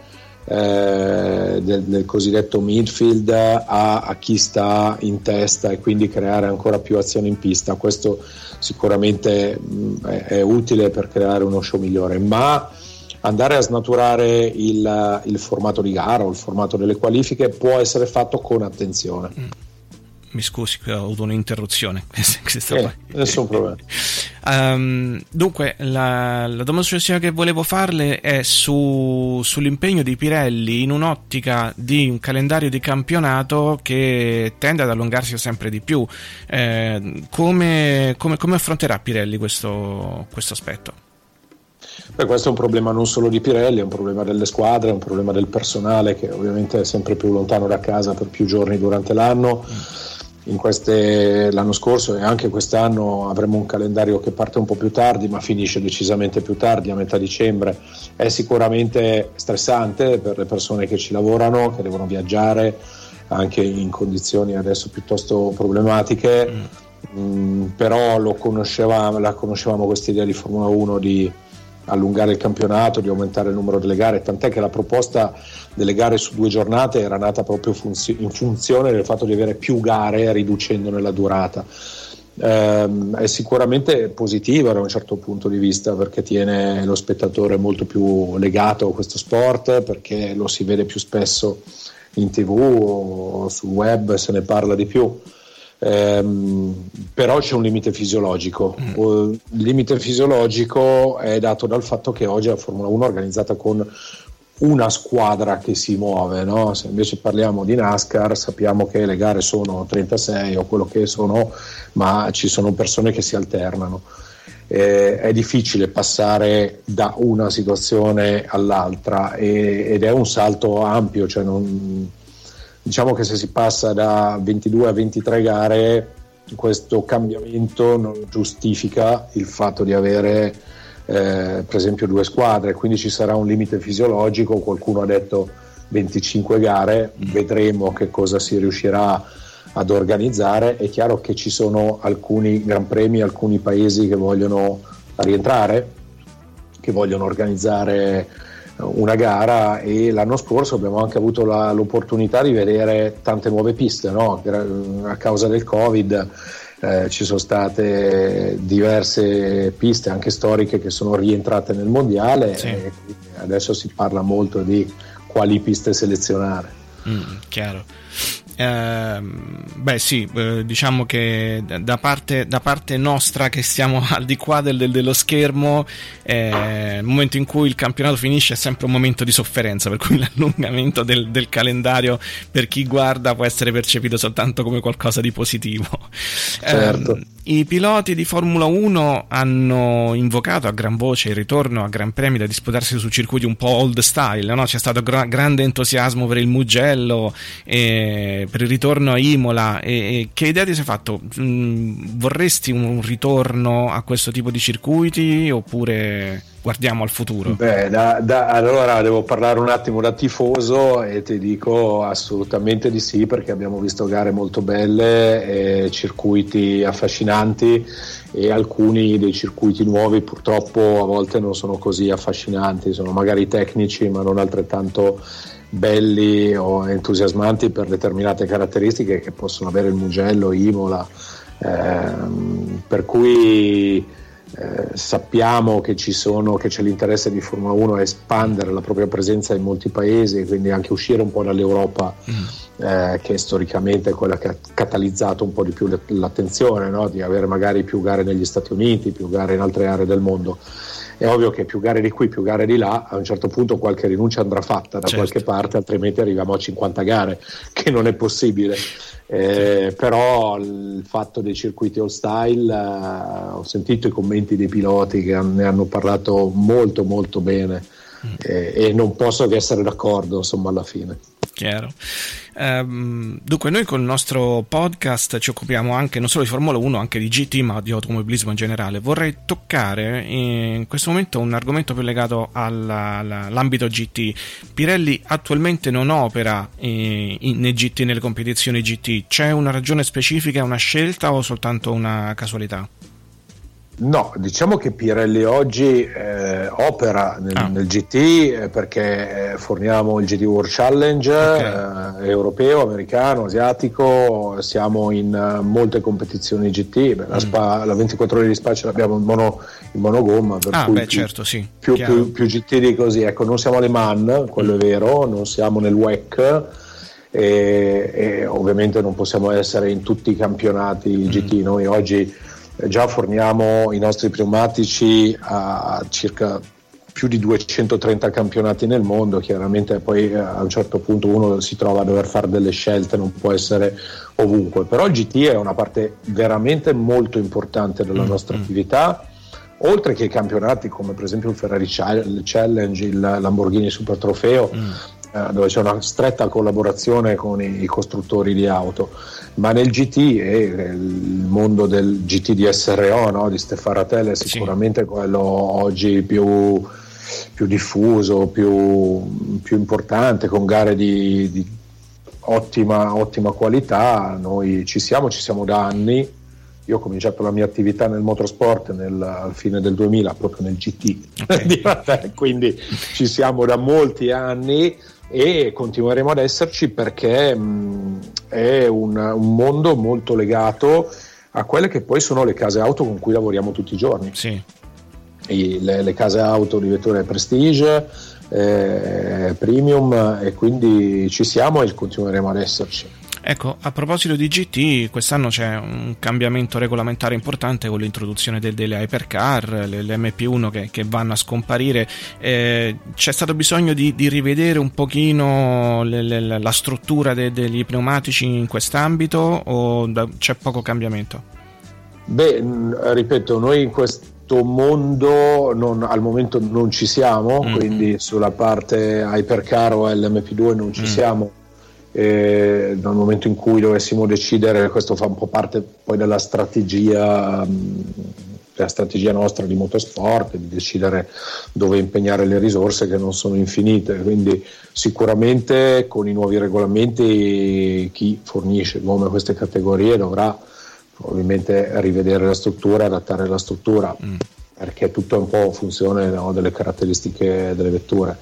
del cosiddetto midfield a chi sta in testa, e quindi creare ancora più azione in pista. Questo sicuramente è utile per creare uno show migliore, ma andare a snaturare il formato di gara o il formato delle qualifiche può essere fatto con attenzione. Mi scusi, ho avuto un'interruzione. Nessun problema. Dunque, la domanda successiva che volevo farle è sull'impegno di Pirelli in un'ottica di un calendario di campionato che tende ad allungarsi sempre di più. Come affronterà Pirelli questo aspetto? Questo è un problema non solo di Pirelli, è un problema delle squadre, è un problema del personale che ovviamente è sempre più lontano da casa per più giorni durante l'anno. L'anno scorso e anche quest'anno avremo un calendario che parte un po' più tardi ma finisce decisamente più tardi, a metà dicembre. È sicuramente stressante per le persone che ci lavorano, che devono viaggiare anche in condizioni adesso piuttosto problematiche, però la conoscevamo questa idea di Formula 1 di allungare il campionato, di aumentare il numero delle gare, tant'è che la proposta delle gare su 2 giornate era nata proprio in funzione del fatto di avere più gare riducendone la durata. È sicuramente positiva da un certo punto di vista, perché tiene lo spettatore molto più legato a questo sport, perché lo si vede più spesso in TV o sul web, se ne parla di più. Però c'è un limite fisiologico. Il limite fisiologico è dato dal fatto che oggi la Formula 1 è organizzata con una squadra che si muove, no? Se invece parliamo di NASCAR sappiamo che le gare sono 36 o quello che sono, ma ci sono persone che si alternano. È difficile passare da una situazione all'altra ed è un salto ampio, cioè diciamo che se si passa da 22 a 23 gare, questo cambiamento non giustifica il fatto di avere per esempio 2 squadre, quindi ci sarà un limite fisiologico. Qualcuno ha detto 25 gare, vedremo che cosa si riuscirà ad organizzare. È chiaro che ci sono alcuni gran premi, alcuni paesi che vogliono rientrare, che vogliono organizzare una gara, e l'anno scorso abbiamo anche avuto l'opportunità di vedere tante nuove piste, no? A causa del Covid ci sono state diverse piste anche storiche che sono rientrate nel mondiale, sì. E adesso si parla molto di quali piste selezionare. Chiaro. Diciamo che da parte nostra che stiamo al di qua dello schermo, il momento in cui il campionato finisce è sempre un momento di sofferenza, per cui l'allungamento del calendario per chi guarda può essere percepito soltanto come qualcosa di positivo. Certo. I piloti di Formula 1 hanno invocato a gran voce il ritorno a Gran Premi da disputarsi su circuiti un po' old style, no? C'è stato grande entusiasmo per il Mugello, per il ritorno a Imola. Che idea ti sei fatto? Vorresti un ritorno a questo tipo di circuiti oppure guardiamo al futuro? Allora devo parlare un attimo da tifoso e ti dico assolutamente di sì, perché abbiamo visto gare molto belle, circuiti affascinanti, e alcuni dei circuiti nuovi purtroppo a volte non sono così affascinanti, sono magari tecnici ma non altrettanto belli o entusiasmanti per determinate caratteristiche che possono avere il Mugello, Imola, per cui sappiamo che c'è l'interesse di Formula 1 a espandere la propria presenza in molti paesi, e quindi anche uscire un po' dall'Europa, che storicamente è quella che ha catalizzato un po' di più l'attenzione, no? Di avere magari più gare negli Stati Uniti, più gare in altre aree del mondo. È ovvio che più gare di qui, più gare di là, a un certo punto qualche rinuncia andrà fatta da qualche parte, altrimenti arriviamo a 50 gare, che non è possibile. Però il fatto dei circuiti old style, ho sentito i commenti dei piloti che ne hanno parlato molto molto bene, e non posso che essere d'accordo, insomma, alla fine. Chiaro. Dunque noi col nostro podcast ci occupiamo anche non solo di Formula 1, anche di GT, ma di automobilismo in generale. Vorrei toccare in questo momento un argomento più legato all'ambito GT. Pirelli attualmente non opera nei GT, nelle competizioni GT. C'è una ragione specifica, una scelta o soltanto una casualità? No, diciamo che Pirelli oggi opera nel GT perché forniamo il GT World Challenge, europeo, americano, asiatico, siamo in molte competizioni GT. La 24 ore di Spa ce l'abbiamo in monogomma, per cui certo, sì, più GT di così. Ecco, non siamo alle MAN, quello è vero, non siamo nel WEC, e ovviamente non possiamo essere in tutti i campionati GT. Noi oggi già forniamo i nostri pneumatici a circa più di 230 campionati nel mondo. Chiaramente poi a un certo punto uno si trova a dover fare delle scelte, non può essere ovunque, però il GT è una parte veramente molto importante della nostra attività, oltre che i campionati come per esempio il Ferrari Challenge, il Lamborghini Super Trofeo, dove c'è una stretta collaborazione con i costruttori di auto, ma nel GT e il mondo del GT di SRO, no? Di Stéphane Rattel è sicuramente quello oggi più diffuso, più importante, con gare di ottima qualità. Noi ci siamo da anni. Io ho cominciato la mia attività nel motorsport al fine del 2000 proprio nel GT, di Rattel, quindi ci siamo da molti anni e continueremo ad esserci, perché è un mondo molto legato a quelle che poi sono le case auto con cui lavoriamo tutti i giorni. Le case auto di vetture Prestige, Premium, e quindi ci siamo e continueremo ad esserci. Ecco, a proposito di GT, quest'anno c'è un cambiamento regolamentare importante con l'introduzione delle hypercar, le MP1 che vanno a scomparire. C'è stato bisogno di rivedere un pochino la struttura degli pneumatici in quest'ambito, o c'è poco cambiamento? Beh, ripeto, noi in questo mondo al momento non ci siamo, quindi sulla parte hypercar o LMP2 non ci siamo. Nel momento in cui dovessimo decidere, questo fa un po' parte poi della strategia nostra di motorsport, di decidere dove impegnare le risorse, che non sono infinite, quindi sicuramente con i nuovi regolamenti chi fornisce come queste categorie dovrà probabilmente rivedere la struttura, adattare la struttura, perché tutto è un po' in funzione, no, delle caratteristiche delle vetture.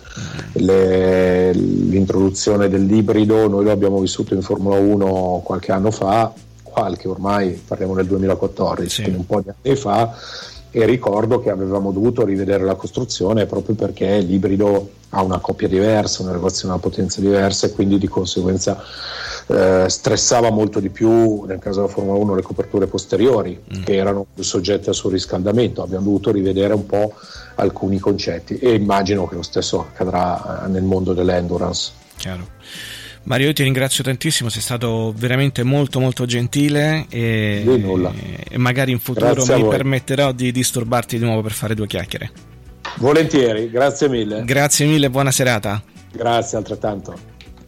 L'introduzione dell'ibrido noi lo abbiamo vissuto in Formula 1 qualche anno fa, ormai parliamo del 2014, quindi un po' di anni fa, e ricordo che avevamo dovuto rivedere la costruzione proprio perché l'ibrido ha una coppia diversa, una relazione a potenza diversa, e quindi di conseguenza stressava molto di più, nel caso della Formula 1, le coperture posteriori che erano più soggette al surriscaldamento. Abbiamo dovuto rivedere un po' alcuni concetti, e immagino che lo stesso accadrà nel mondo dell'endurance. Chiaro. Mario, io ti ringrazio tantissimo, sei stato veramente molto molto gentile, e magari in futuro mi permetterò di disturbarti di nuovo per fare due chiacchiere. Volentieri, grazie mille. Grazie mille, buona serata. Grazie, altrettanto.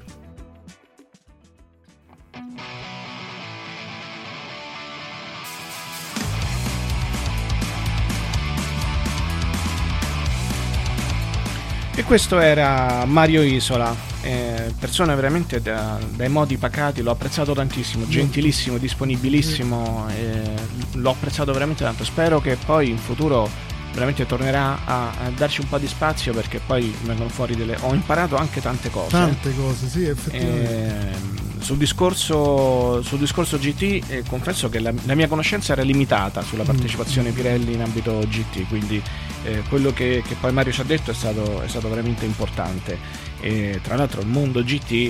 E questo era Mario Isola, persona veramente dai modi pacati, l'ho apprezzato tantissimo, gentilissimo, disponibilissimo, l'ho apprezzato veramente tanto. Spero che poi in futuro veramente tornerà a darci un po' di spazio, perché poi vengono fuori ho imparato anche tante cose, sì, effettivamente. Sul discorso GT, confesso che la mia conoscenza era limitata sulla partecipazione Pirelli in ambito GT, quindi quello che poi Mario ci ha detto è stato veramente importante. E tra l'altro il mondo GT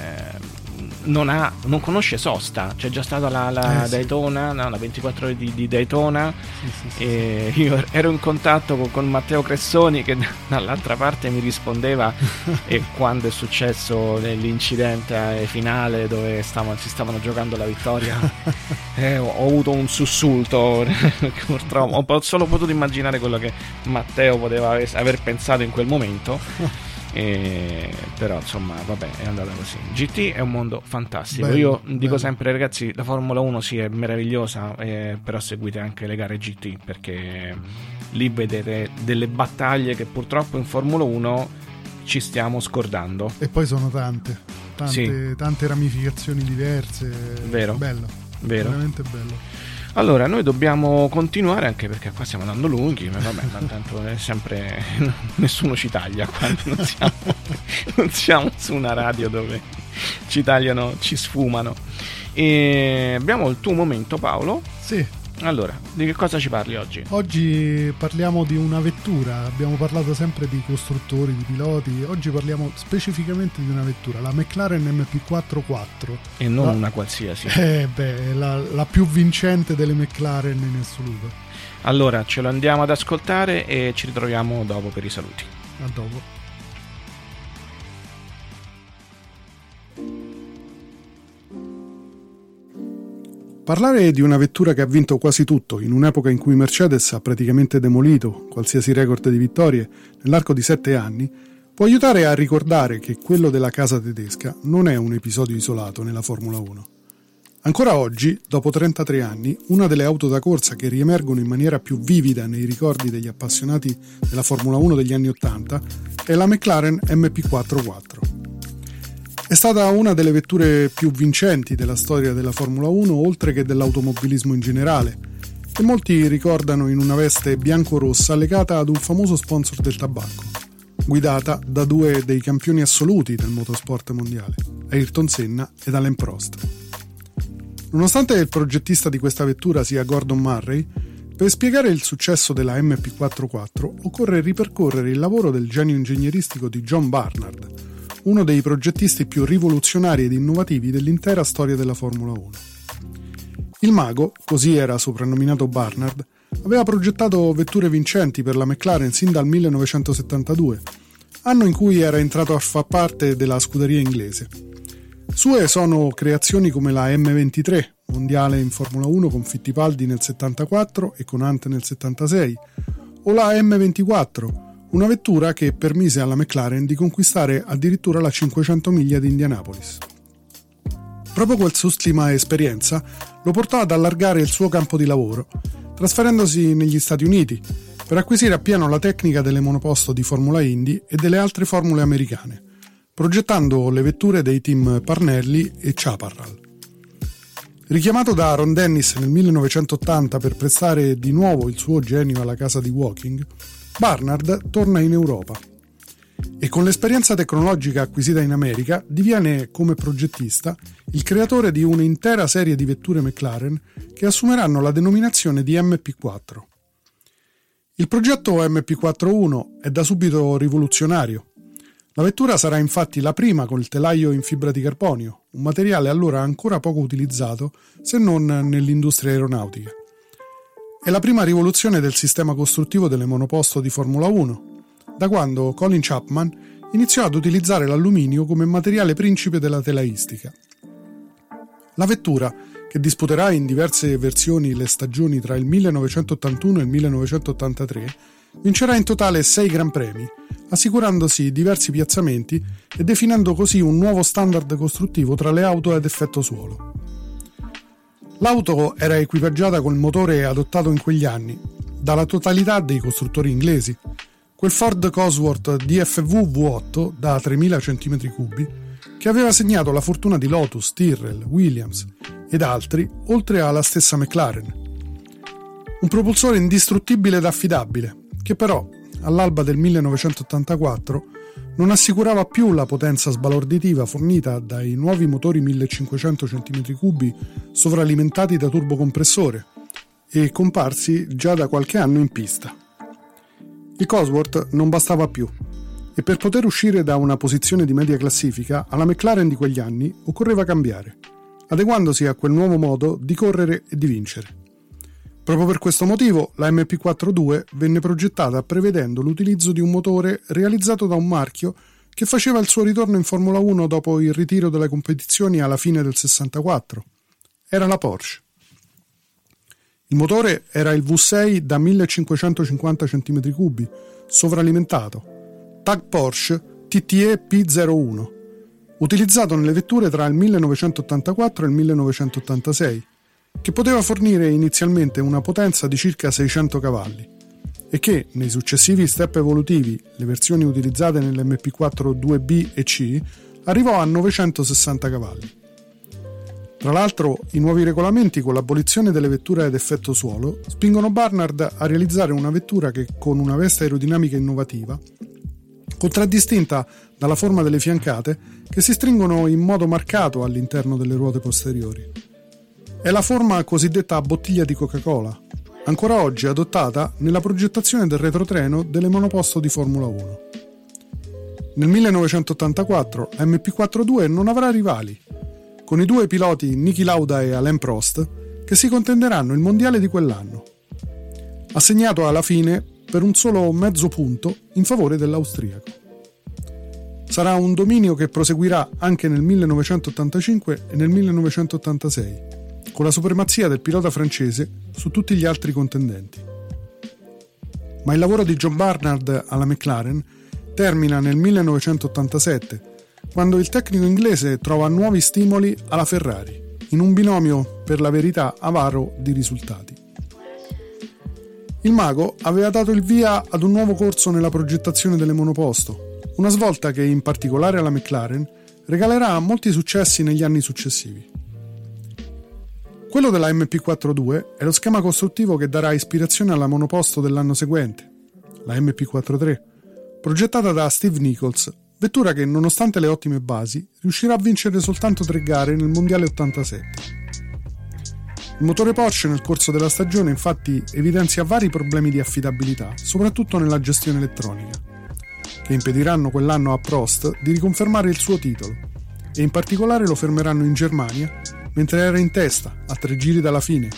non conosce sosta, c'è già stata la Daytona, la 24 ore di Daytona, e io ero in contatto con Matteo Cressoni, che dall'altra parte mi rispondeva e quando è successo l'incidente finale dove si stavano giocando la vittoria, ho avuto un sussulto purtroppo ho solo potuto immaginare quello che Matteo poteva aver pensato in quel momento. Però insomma vabbè, è andata così. GT è un mondo fantastico. Io dico sempre, ragazzi, la Formula 1 sì è meravigliosa, però seguite anche le gare GT, perché lì vedete delle battaglie che purtroppo in Formula 1 ci stiamo scordando, e poi sono tante ramificazioni diverse. Vero, veramente bello. Allora, noi dobbiamo continuare, anche perché qua stiamo andando lunghi, ma vabbè, tanto è sempre nessuno ci taglia quando non siamo su una radio dove ci tagliano, ci sfumano. E abbiamo il tuo momento, Paolo. Sì. Allora, di che cosa ci parli oggi? Oggi parliamo di una vettura, abbiamo parlato sempre di costruttori, di piloti, oggi parliamo specificamente di una vettura, la McLaren MP4-4. E non una qualsiasi. La più vincente delle McLaren in assoluto. Allora, ce lo andiamo ad ascoltare e ci ritroviamo dopo per i saluti. A dopo. Parlare di una vettura che ha vinto quasi tutto in un'epoca in cui Mercedes ha praticamente demolito qualsiasi record di vittorie nell'arco di 7 anni può aiutare a ricordare che quello della casa tedesca non è un episodio isolato nella Formula 1. Ancora oggi, dopo 33 anni, una delle auto da corsa che riemergono in maniera più vivida nei ricordi degli appassionati della Formula 1 degli anni 80 è la McLaren MP4-4. È stata una delle vetture più vincenti della storia della Formula 1, oltre che dell'automobilismo in generale, che molti ricordano in una veste bianco-rossa legata ad un famoso sponsor del tabacco, guidata da due dei campioni assoluti del motorsport mondiale, Ayrton Senna ed Alain Prost. Nonostante il progettista di questa vettura sia Gordon Murray, per spiegare il successo della MP4-4 occorre ripercorrere il lavoro del genio ingegneristico di John Barnard, uno dei progettisti più rivoluzionari ed innovativi dell'intera storia della Formula 1. Il mago, così era soprannominato Barnard, aveva progettato vetture vincenti per la McLaren sin dal 1972, anno in cui era entrato a far parte della scuderia inglese. Sue sono creazioni come la M23, mondiale in Formula 1 con Fittipaldi nel 74 e con Hunt nel 76, o la M24, una vettura che permise alla McLaren di conquistare addirittura la 500 miglia di Indianapolis. Proprio quest'ultima esperienza lo portò ad allargare il suo campo di lavoro, trasferendosi negli Stati Uniti per acquisire appieno la tecnica delle monoposto di Formula Indy e delle altre formule americane, progettando le vetture dei team Parnelli e Chaparral. Richiamato da Ron Dennis nel 1980 per prestare di nuovo il suo genio alla casa di Woking, Barnard torna in Europa e con l'esperienza tecnologica acquisita in America diviene, come progettista, il creatore di un'intera serie di vetture McLaren che assumeranno la denominazione di MP4. Il progetto MP4-1 è da subito rivoluzionario. La vettura sarà infatti la prima con il telaio in fibra di carbonio, un materiale allora ancora poco utilizzato se non nell'industria aeronautica. È la prima rivoluzione del sistema costruttivo delle monoposto di Formula 1, da quando Colin Chapman iniziò ad utilizzare l'alluminio come materiale principe della telaistica. La vettura, che disputerà in diverse versioni le stagioni tra il 1981 e il 1983, vincerà in totale 6 Gran Premi, assicurandosi diversi piazzamenti e definendo così un nuovo standard costruttivo tra le auto ad effetto suolo. L'auto era equipaggiata col motore adottato in quegli anni dalla totalità dei costruttori inglesi, quel Ford Cosworth DFV V8 da 3000 cm3, che aveva segnato la fortuna di Lotus, Tyrrell, Williams ed altri, oltre alla stessa McLaren. Un propulsore indistruttibile ed affidabile, che però, all'alba del 1984, non assicurava più la potenza sbalorditiva fornita dai nuovi motori 1500 cm3 sovralimentati da turbocompressore e comparsi già da qualche anno in pista. Il Cosworth non bastava più e per poter uscire da una posizione di media classifica alla McLaren di quegli anni occorreva cambiare, adeguandosi a quel nuovo modo di correre e di vincere. Proprio per questo motivo la MP4-2 venne progettata prevedendo l'utilizzo di un motore realizzato da un marchio che faceva il suo ritorno in Formula 1 dopo il ritiro dalle competizioni alla fine del 64. Era la Porsche. Il motore era il V6 da 1550 cm3, sovralimentato, Tag Porsche TTE P01, utilizzato nelle vetture tra il 1984 e il 1986, che poteva fornire inizialmente una potenza di circa 600 cavalli e che, nei successivi step evolutivi, le versioni utilizzate nell'MP4 2B e C, arrivò a 960 cavalli. Tra l'altro, i nuovi regolamenti con l'abolizione delle vetture ad effetto suolo spingono Barnard a realizzare una vettura che, con una veste aerodinamica innovativa, contraddistinta dalla forma delle fiancate che si stringono in modo marcato all'interno delle ruote posteriori. È la forma cosiddetta a bottiglia di Coca-Cola, ancora oggi adottata nella progettazione del retrotreno delle monoposto di Formula 1. Nel 1984 la MP4-2 non avrà rivali, con i due piloti Niki Lauda e Alain Prost che si contenderanno il mondiale di quell'anno, assegnato alla fine per un solo mezzo punto in favore dell'austriaco. Sarà un dominio che proseguirà anche nel 1985 e nel 1986, con la supremazia del pilota francese su tutti gli altri contendenti. Ma il lavoro di John Barnard alla McLaren termina nel 1987, quando il tecnico inglese trova nuovi stimoli alla Ferrari, in un binomio, per la verità, avaro di risultati. Il mago aveva dato il via ad un nuovo corso nella progettazione delle monoposto, una svolta che in particolare alla McLaren regalerà molti successi negli anni successivi. Quello della MP42 è lo schema costruttivo che darà ispirazione alla monoposto dell'anno seguente, la MP43, progettata da Steve Nichols, vettura che, nonostante le ottime basi, riuscirà a vincere soltanto 3 gare nel Mondiale 87. Il motore Porsche nel corso della stagione infatti evidenzia vari problemi di affidabilità, soprattutto nella gestione elettronica, che impediranno quell'anno a Prost di riconfermare il suo titolo, e in particolare lo fermeranno in Germania mentre era in testa, a 3 giri dalla fine.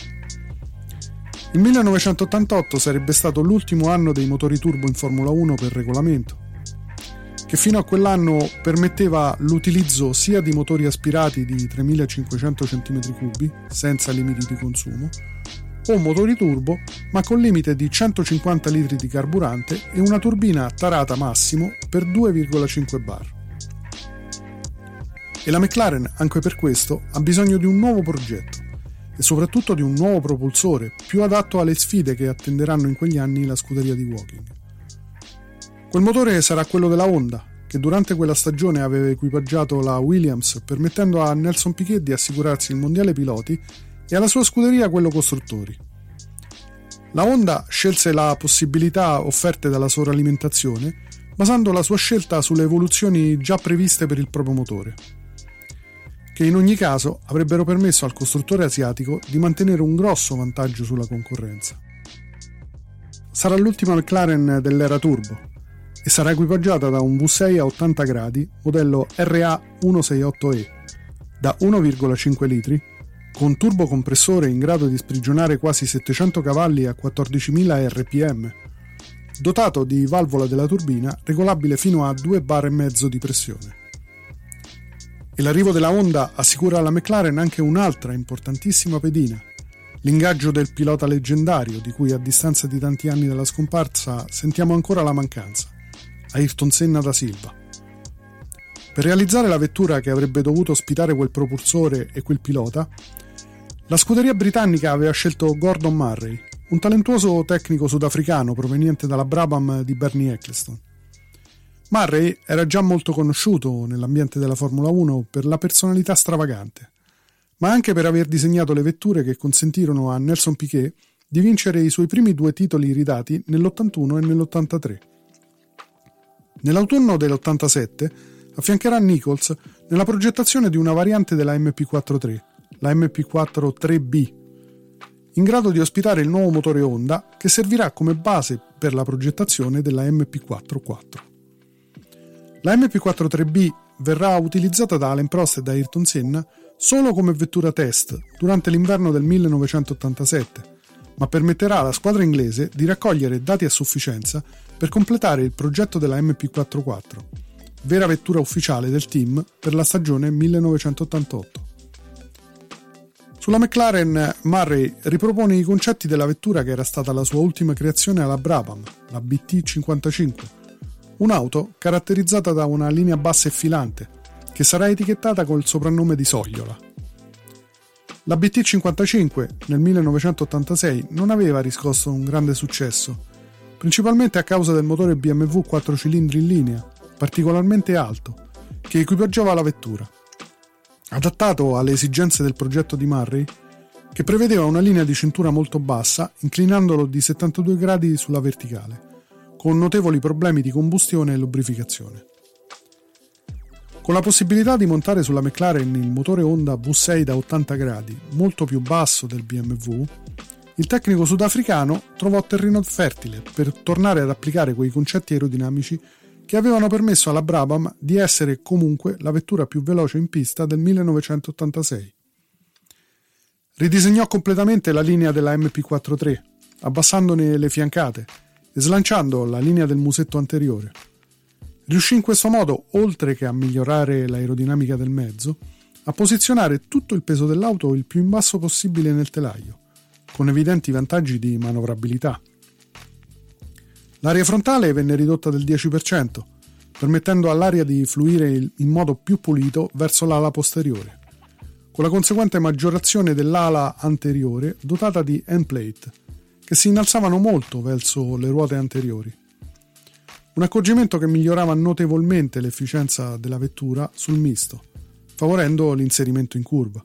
Il 1988 sarebbe stato l'ultimo anno dei motori turbo in Formula 1 per regolamento, che fino a quell'anno permetteva l'utilizzo sia di motori aspirati di 3500 cm3 senza limiti di consumo, o motori turbo ma con limite di 150 litri di carburante e una turbina tarata massimo per 2,5 bar. E la McLaren, anche per questo, ha bisogno di un nuovo progetto e soprattutto di un nuovo propulsore più adatto alle sfide che attenderanno in quegli anni la scuderia di Woking. Quel motore sarà quello della Honda, che durante quella stagione aveva equipaggiato la Williams, permettendo a Nelson Piquet di assicurarsi il mondiale piloti e alla sua scuderia quello costruttori. La Honda scelse la possibilità offerte dalla sovralimentazione, basando la sua scelta sulle evoluzioni già previste per il proprio motore, che in ogni caso avrebbero permesso al costruttore asiatico di mantenere un grosso vantaggio sulla concorrenza. Sarà l'ultima McLaren dell'era turbo e sarà equipaggiata da un V6 a 80 gradi modello RA168E da 1,5 litri con turbocompressore in grado di sprigionare quasi 700 cavalli a 14.000 rpm, dotato di valvola della turbina regolabile fino a 2,5 bar di pressione. E l'arrivo della Honda assicura alla McLaren anche un'altra importantissima pedina, l'ingaggio del pilota leggendario di cui a distanza di tanti anni dalla scomparsa sentiamo ancora la mancanza, Ayrton Senna da Silva. Per realizzare la vettura che avrebbe dovuto ospitare quel propulsore e quel pilota, la scuderia britannica aveva scelto Gordon Murray, un talentuoso tecnico sudafricano proveniente dalla Brabham di Bernie Ecclestone. Murray era già molto conosciuto nell'ambiente della Formula 1 per la personalità stravagante, ma anche per aver disegnato le vetture che consentirono a Nelson Piquet di vincere i suoi primi 2 titoli ridati nell'81 e nell'83. Nell'autunno dell'87 affiancherà Nichols nella progettazione di una variante della MP43, la MP4 3B, in grado di ospitare il nuovo motore Honda che servirà come base per la progettazione della MP4-4. La MP4 3B verrà utilizzata da Alain Prost e da Ayrton Senna solo come vettura test durante l'inverno del 1987, ma permetterà alla squadra inglese di raccogliere dati a sufficienza per completare il progetto della MP4-4, vera vettura ufficiale del team per la stagione 1988. Sulla McLaren, Murray ripropone i concetti della vettura che era stata la sua ultima creazione alla Brabham, la BT55, un'auto caratterizzata da una linea bassa e filante, che sarà etichettata col soprannome di Sogliola. La BT55 nel 1986 non aveva riscosso un grande successo, principalmente a causa del motore BMW 4 cilindri in linea, particolarmente alto, che equipaggiava la vettura. Adattato alle esigenze del progetto di Murray, che prevedeva una linea di cintura molto bassa, inclinandolo di 72 gradi sulla verticale, con notevoli problemi di combustione e lubrificazione. Con la possibilità di montare sulla McLaren il motore Honda V6 da 80 gradi, molto più basso del BMW, il tecnico sudafricano trovò terreno fertile per tornare ad applicare quei concetti aerodinamici che avevano permesso alla Brabham di essere comunque la vettura più veloce in pista del 1986. Ridisegnò completamente la linea della MP43, abbassandone le fiancate e slanciando la linea del musetto anteriore. Riuscì in questo modo, oltre che a migliorare l'aerodinamica del mezzo, a posizionare tutto il peso dell'auto il più in basso possibile nel telaio, con evidenti vantaggi di manovrabilità. L'area frontale venne ridotta del 10%, permettendo all'aria di fluire in modo più pulito verso l'ala posteriore, con la conseguente maggiorazione dell'ala anteriore dotata di end plate, che si innalzavano molto verso le ruote anteriori. Un accorgimento che migliorava notevolmente l'efficienza della vettura sul misto, favorendo l'inserimento in curva.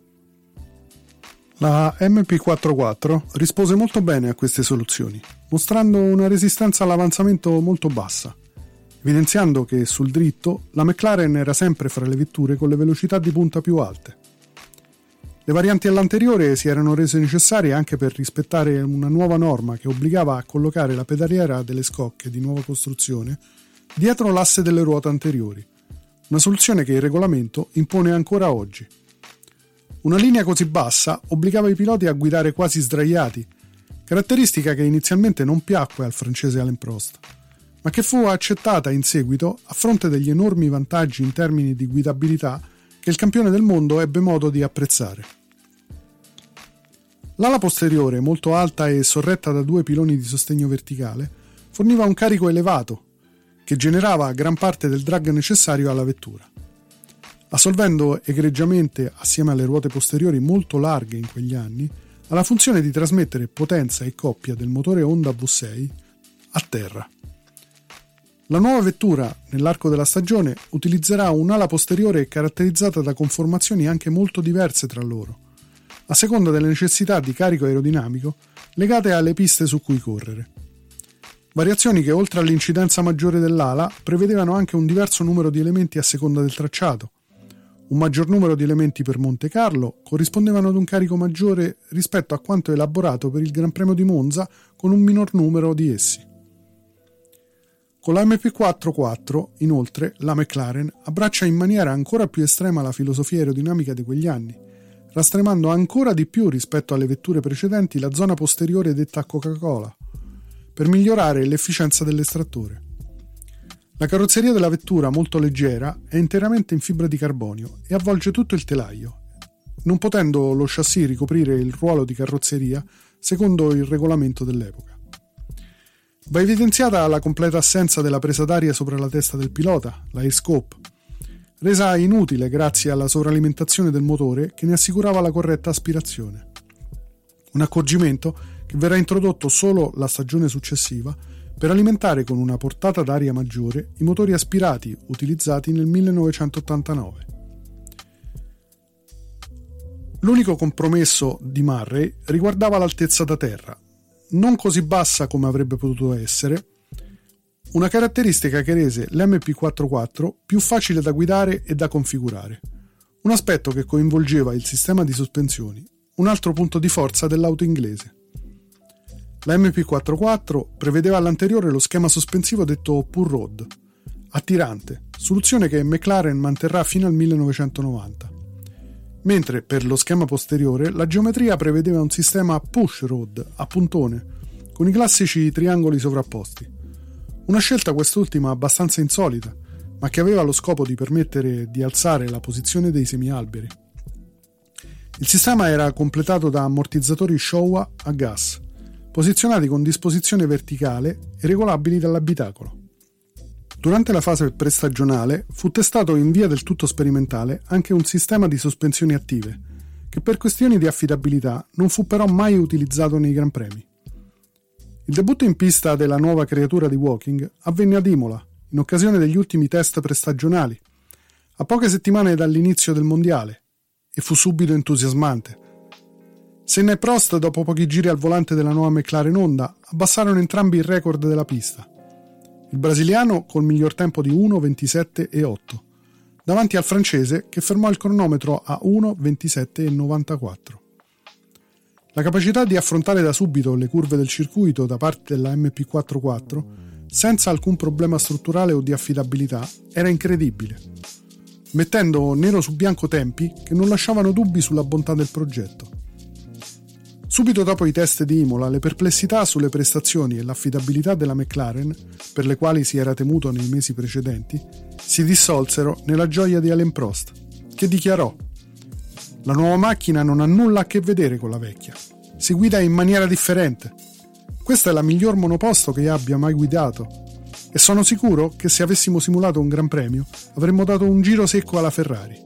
La MP44 rispose molto bene a queste soluzioni, mostrando una resistenza all'avanzamento molto bassa, evidenziando che sul dritto la McLaren era sempre fra le vetture con le velocità di punta più alte. Le varianti all'anteriore si erano rese necessarie anche per rispettare una nuova norma che obbligava a collocare la pedaliera delle scocche di nuova costruzione dietro l'asse delle ruote anteriori, una soluzione che il regolamento impone ancora oggi. Una linea così bassa obbligava i piloti a guidare quasi sdraiati, caratteristica che inizialmente non piacque al francese Alain Prost, ma che fu accettata in seguito a fronte degli enormi vantaggi in termini di guidabilità che il campione del mondo ebbe modo di apprezzare. L'ala posteriore, molto alta e sorretta da 2 piloni di sostegno verticale, forniva un carico elevato, che generava gran parte del drag necessario alla vettura, assolvendo egregiamente, assieme alle ruote posteriori molto larghe in quegli anni, alla funzione di trasmettere potenza e coppia del motore Honda V6 a terra. La nuova vettura, nell'arco della stagione, utilizzerà un'ala posteriore caratterizzata da conformazioni anche molto diverse tra loro, a seconda delle necessità di carico aerodinamico legate alle piste su cui correre. Variazioni che, oltre all'incidenza maggiore dell'ala, prevedevano anche un diverso numero di elementi a seconda del tracciato. Un maggior numero di elementi per Monte Carlo corrispondevano ad un carico maggiore rispetto a quanto elaborato per il Gran Premio di Monza con un minor numero di essi. Con la MP44, inoltre, la McLaren abbraccia in maniera ancora più estrema la filosofia aerodinamica di quegli anni, rastremando ancora di più rispetto alle vetture precedenti la zona posteriore detta Coca-Cola, per migliorare l'efficienza dell'estrattore. La carrozzeria della vettura, molto leggera, è interamente in fibra di carbonio e avvolge tutto il telaio, non potendo lo chassis ricoprire il ruolo di carrozzeria secondo il regolamento dell'epoca. Va evidenziata la completa assenza della presa d'aria sopra la testa del pilota, la air scope, resa inutile grazie alla sovralimentazione del motore che ne assicurava la corretta aspirazione. Un accorgimento che verrà introdotto solo la stagione successiva per alimentare con una portata d'aria maggiore i motori aspirati utilizzati nel 1989. L'unico compromesso di Murray riguardava l'altezza da terra, non così bassa come avrebbe potuto essere, una caratteristica che rese l'MP44 più facile da guidare e da configurare, un aspetto che coinvolgeva il sistema di sospensioni, un altro punto di forza dell'auto inglese. La MP44 prevedeva all'anteriore lo schema sospensivo detto pull rod, attirante, soluzione che McLaren manterrà fino al 1990, mentre per lo schema posteriore la geometria prevedeva un sistema push rod a puntone, con i classici triangoli sovrapposti. Una scelta quest'ultima abbastanza insolita, ma che aveva lo scopo di permettere di alzare la posizione dei semialberi. Il sistema era completato da ammortizzatori Showa a gas, posizionati con disposizione verticale e regolabili dall'abitacolo. Durante la fase prestagionale fu testato in via del tutto sperimentale anche un sistema di sospensioni attive, che per questioni di affidabilità non fu però mai utilizzato nei Gran Premi. Il debutto in pista della nuova creatura di Woking avvenne ad Imola, in occasione degli ultimi test prestagionali, a poche settimane dall'inizio del mondiale, e fu subito entusiasmante. Senna e Prost, dopo pochi giri al volante della nuova McLaren Honda, abbassarono entrambi il record della pista. Il brasiliano col miglior tempo di 1:27,8, davanti al francese che fermò il cronometro a 1:27,94. La capacità di affrontare da subito le curve del circuito da parte della MP44, senza alcun problema strutturale o di affidabilità, era incredibile, mettendo nero su bianco tempi che non lasciavano dubbi sulla bontà del progetto. Subito dopo i test di Imola, le perplessità sulle prestazioni e l'affidabilità della McLaren, per le quali si era temuto nei mesi precedenti, si dissolsero nella gioia di Alain Prost, che dichiarò: La nuova macchina non ha nulla a che vedere con la vecchia. Si guida in maniera differente. Questa è la miglior monoposto che abbia mai guidato. E sono sicuro che se avessimo simulato un Gran Premio avremmo dato un giro secco alla Ferrari.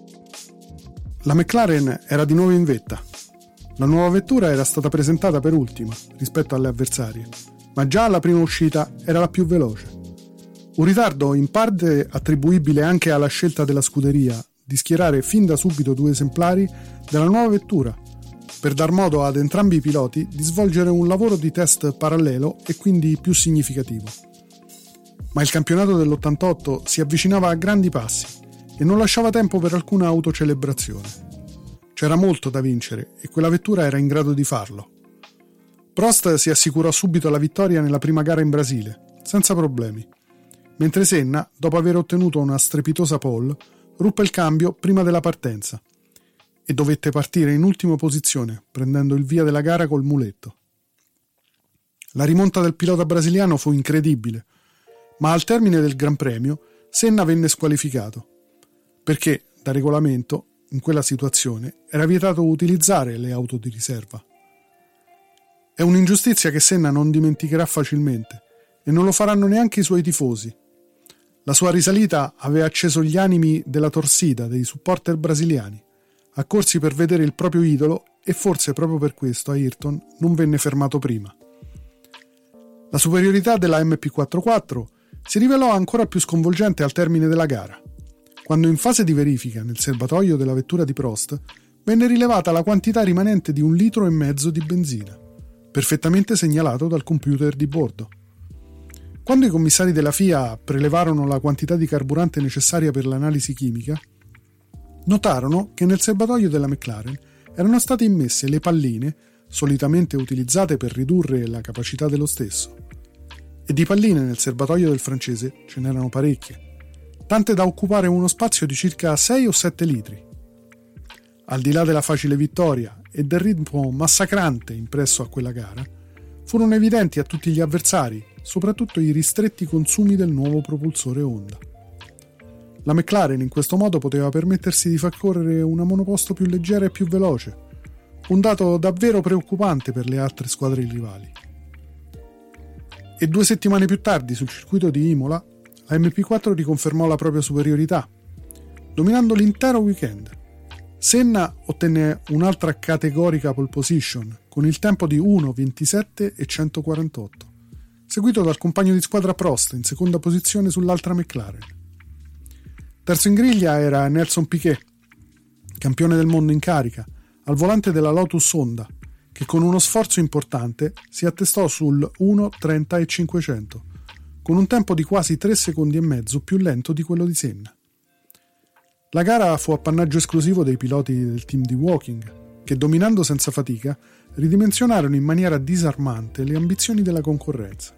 La McLaren era di nuovo in vetta. La nuova vettura era stata presentata per ultima rispetto alle avversarie, ma già alla prima uscita era la più veloce. Un ritardo in parte attribuibile anche alla scelta della scuderia di schierare fin da subito 2 esemplari della nuova vettura, per dar modo ad entrambi i piloti di svolgere un lavoro di test parallelo e quindi più significativo. Ma il campionato dell'88 si avvicinava a grandi passi e non lasciava tempo per alcuna autocelebrazione. C'era molto da vincere e quella vettura era in grado di farlo. Prost si assicurò subito la vittoria nella prima gara in Brasile, senza problemi, mentre Senna, dopo aver ottenuto una strepitosa pole, ruppe il cambio prima della partenza e dovette partire in ultima posizione, prendendo il via della gara col muletto. La rimonta del pilota brasiliano fu incredibile, ma al termine del Gran Premio Senna venne squalificato, perché, da regolamento, in quella situazione era vietato utilizzare le auto di riserva. È un'ingiustizia che Senna non dimenticherà facilmente e non lo faranno neanche i suoi tifosi. La sua risalita aveva acceso gli animi della torsida dei supporter brasiliani, accorsi per vedere il proprio idolo, e forse proprio per questo Ayrton non venne fermato prima. La superiorità della MP44 si rivelò ancora più sconvolgente al termine della gara, quando in fase di verifica nel serbatoio della vettura di Prost venne rilevata la quantità rimanente di 1,5 litri di benzina, perfettamente segnalato dal computer di bordo. Quando i commissari della FIA prelevarono la quantità di carburante necessaria per l'analisi chimica, notarono che nel serbatoio della McLaren erano state immesse le palline solitamente utilizzate per ridurre la capacità dello stesso. E di palline nel serbatoio del francese ce n'erano parecchie, tante da occupare uno spazio di circa 6 o 7 litri. Al di là della facile vittoria e del ritmo massacrante impresso a quella gara, furono evidenti a tutti gli avversari, soprattutto i ristretti consumi del nuovo propulsore Honda. La McLaren in questo modo poteva permettersi di far correre una monoposto più leggera e più veloce, un dato davvero preoccupante per le altre squadre rivali. E 2 settimane più tardi, sul circuito di Imola, la MP4 riconfermò la propria superiorità, dominando l'intero weekend. Senna ottenne un'altra categorica pole position con il tempo di 1:27 e 148, seguito dal compagno di squadra Prost in seconda posizione sull'altra McLaren. Terzo in griglia era Nelson Piquet, campione del mondo in carica, al volante della Lotus Honda, che con uno sforzo importante si attestò sul 1:30 e 500, con un tempo di quasi 3 secondi e mezzo più lento di quello di Senna. La gara fu appannaggio esclusivo dei piloti del team di Woking, che dominando senza fatica ridimensionarono in maniera disarmante le ambizioni della concorrenza.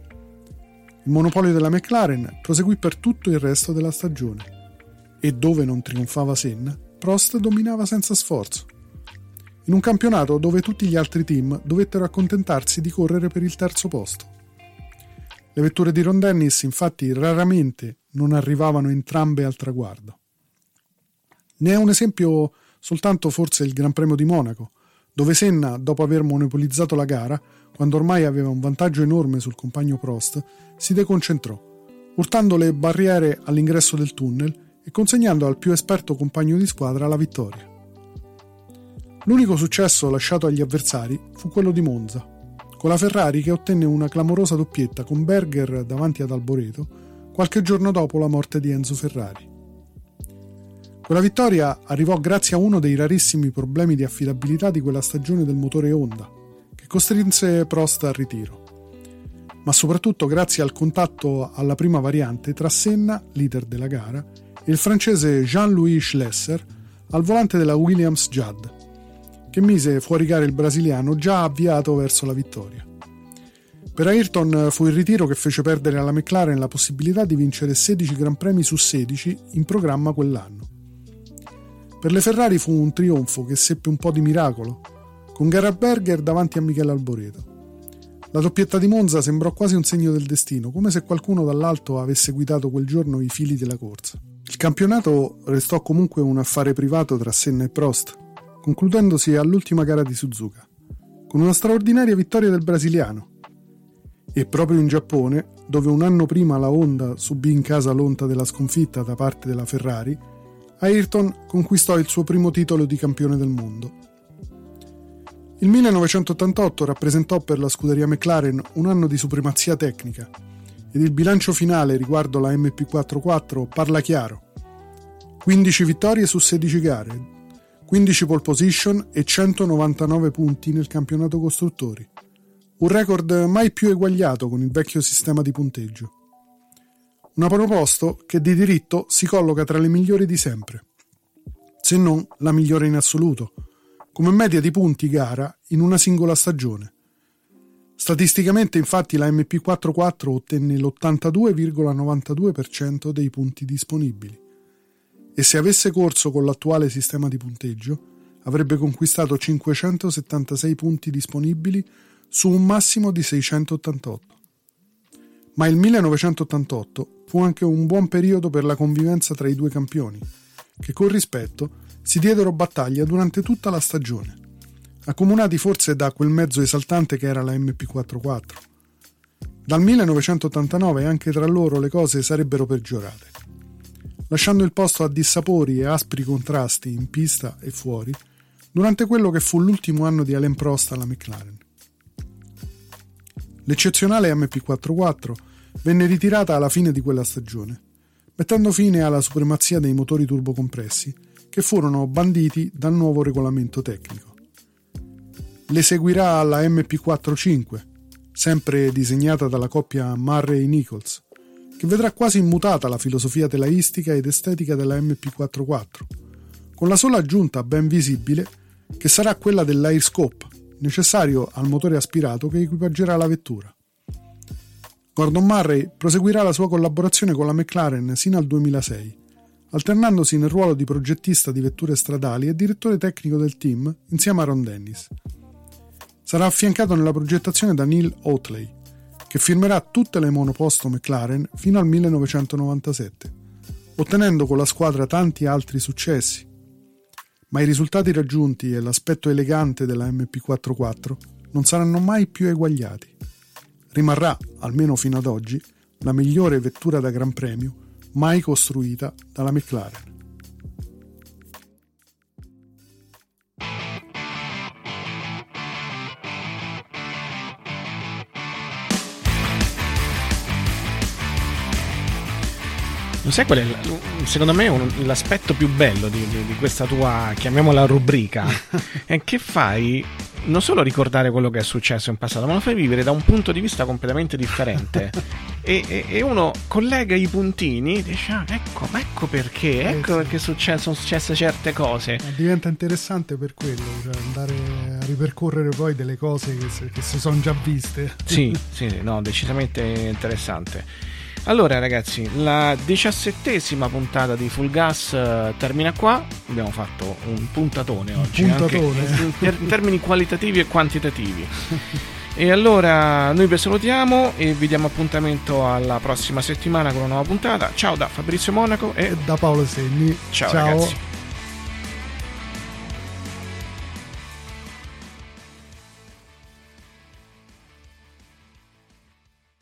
Il monopolio della McLaren proseguì per tutto il resto della stagione e dove non trionfava Senna, Prost dominava senza sforzo, in un campionato dove tutti gli altri team dovettero accontentarsi di correre per il terzo posto. Le vetture di Ron Dennis infatti raramente non arrivavano entrambe al traguardo. Ne è un esempio soltanto forse il Gran Premio di Monaco, dove Senna, dopo aver monopolizzato la gara, quando ormai aveva un vantaggio enorme sul compagno Prost, si deconcentrò, urtando le barriere all'ingresso del tunnel e consegnando al più esperto compagno di squadra la vittoria. L'unico successo lasciato agli avversari fu quello di Monza, con la Ferrari che ottenne una clamorosa doppietta con Berger davanti ad Alboreto qualche giorno dopo la morte di Enzo Ferrari. Quella vittoria arrivò grazie a uno dei rarissimi problemi di affidabilità di quella stagione del motore Honda, che costrinse Prost al ritiro, ma soprattutto grazie al contatto alla prima variante tra Senna, leader della gara, e il francese Jean-Louis Schlesser al volante della Williams Judd, che mise fuori gara il brasiliano già avviato verso la vittoria. Per Ayrton fu il ritiro che fece perdere alla McLaren la possibilità di vincere 16 Gran Premi su 16 in programma quell'anno. Per le Ferrari fu un trionfo che seppe un po' di miracolo, con Gerhard Berger davanti a Michele Alboreto. La doppietta di Monza sembrò quasi un segno del destino, come se qualcuno dall'alto avesse guidato quel giorno i fili della corsa. Il Il campionato restò comunque un affare privato tra Senna e Prost, concludendosi all'ultima gara di Suzuka, con una straordinaria vittoria del brasiliano. E proprio in Giappone, dove un anno prima la Honda subì in casa l'onta della sconfitta da parte della Ferrari, Ayrton conquistò il suo primo titolo di campione del mondo. Il 1988 rappresentò per la scuderia McLaren un anno di supremazia tecnica ed il bilancio finale riguardo la MP44 parla chiaro. 15 vittorie su 16 gare, 15 pole position e 199 punti nel campionato costruttori. Un record mai più eguagliato con il vecchio sistema di punteggio. Una proposto che di diritto si colloca tra le migliori di sempre, se non la migliore in assoluto, come media di punti gara in una singola stagione. Statisticamente, infatti, la MP44 ottenne l'82,92% dei punti disponibili e se avesse corso con l'attuale sistema di punteggio avrebbe conquistato 576 punti disponibili su un massimo di 688. Ma il 1988 fu anche un buon periodo per la convivenza tra i due campioni, che con rispetto si diedero battaglia durante tutta la stagione, accomunati forse da quel mezzo esaltante che era la MP44. Dal 1989 anche tra loro le cose sarebbero peggiorate, lasciando il posto a dissapori e aspri contrasti in pista e fuori durante quello che fu l'ultimo anno di Alain Prost alla McLaren. L'eccezionale MP44 venne ritirata alla fine di quella stagione, mettendo fine alla supremazia dei motori turbocompressi che furono banditi dal nuovo regolamento tecnico. Le seguirà la MP45, sempre disegnata dalla coppia Murray-Nichols, che vedrà quasi immutata la filosofia telaistica ed estetica della MP44, con la sola aggiunta ben visibile che sarà quella dell'air scope, necessario al motore aspirato che equipaggerà la vettura. Gordon Murray proseguirà la sua collaborazione con la McLaren sino al 2006, alternandosi nel ruolo di progettista di vetture stradali e direttore tecnico del team insieme a Ron Dennis. Sarà affiancato nella progettazione da Neil Oatley, che firmerà tutte le monoposto McLaren fino al 1997, ottenendo con la squadra tanti altri successi. Ma i risultati raggiunti e l'aspetto elegante della MP44 non saranno mai più eguagliati. Rimarrà, almeno fino ad oggi, la migliore vettura da Gran Premio mai costruita dalla McLaren. Lo sai qual è secondo me l'aspetto più bello di questa tua, chiamiamola, rubrica? È che fai non solo ricordare quello che è successo in passato, ma lo fai vivere da un punto di vista completamente differente. e uno collega i puntini e dice ecco perché sono successe certe cose. Diventa interessante per quello, cioè andare a ripercorrere poi delle cose che si sono già viste. Sì, no, decisamente interessante. Allora ragazzi, la 17ª puntata di Full Gas termina qua. Abbiamo fatto un puntatone oggi, anche in termini qualitativi e quantitativi. E allora noi vi salutiamo e vi diamo appuntamento alla prossima settimana con una nuova puntata. Ciao da Fabrizio Monaco e da Paolo Segni. Ciao ragazzi.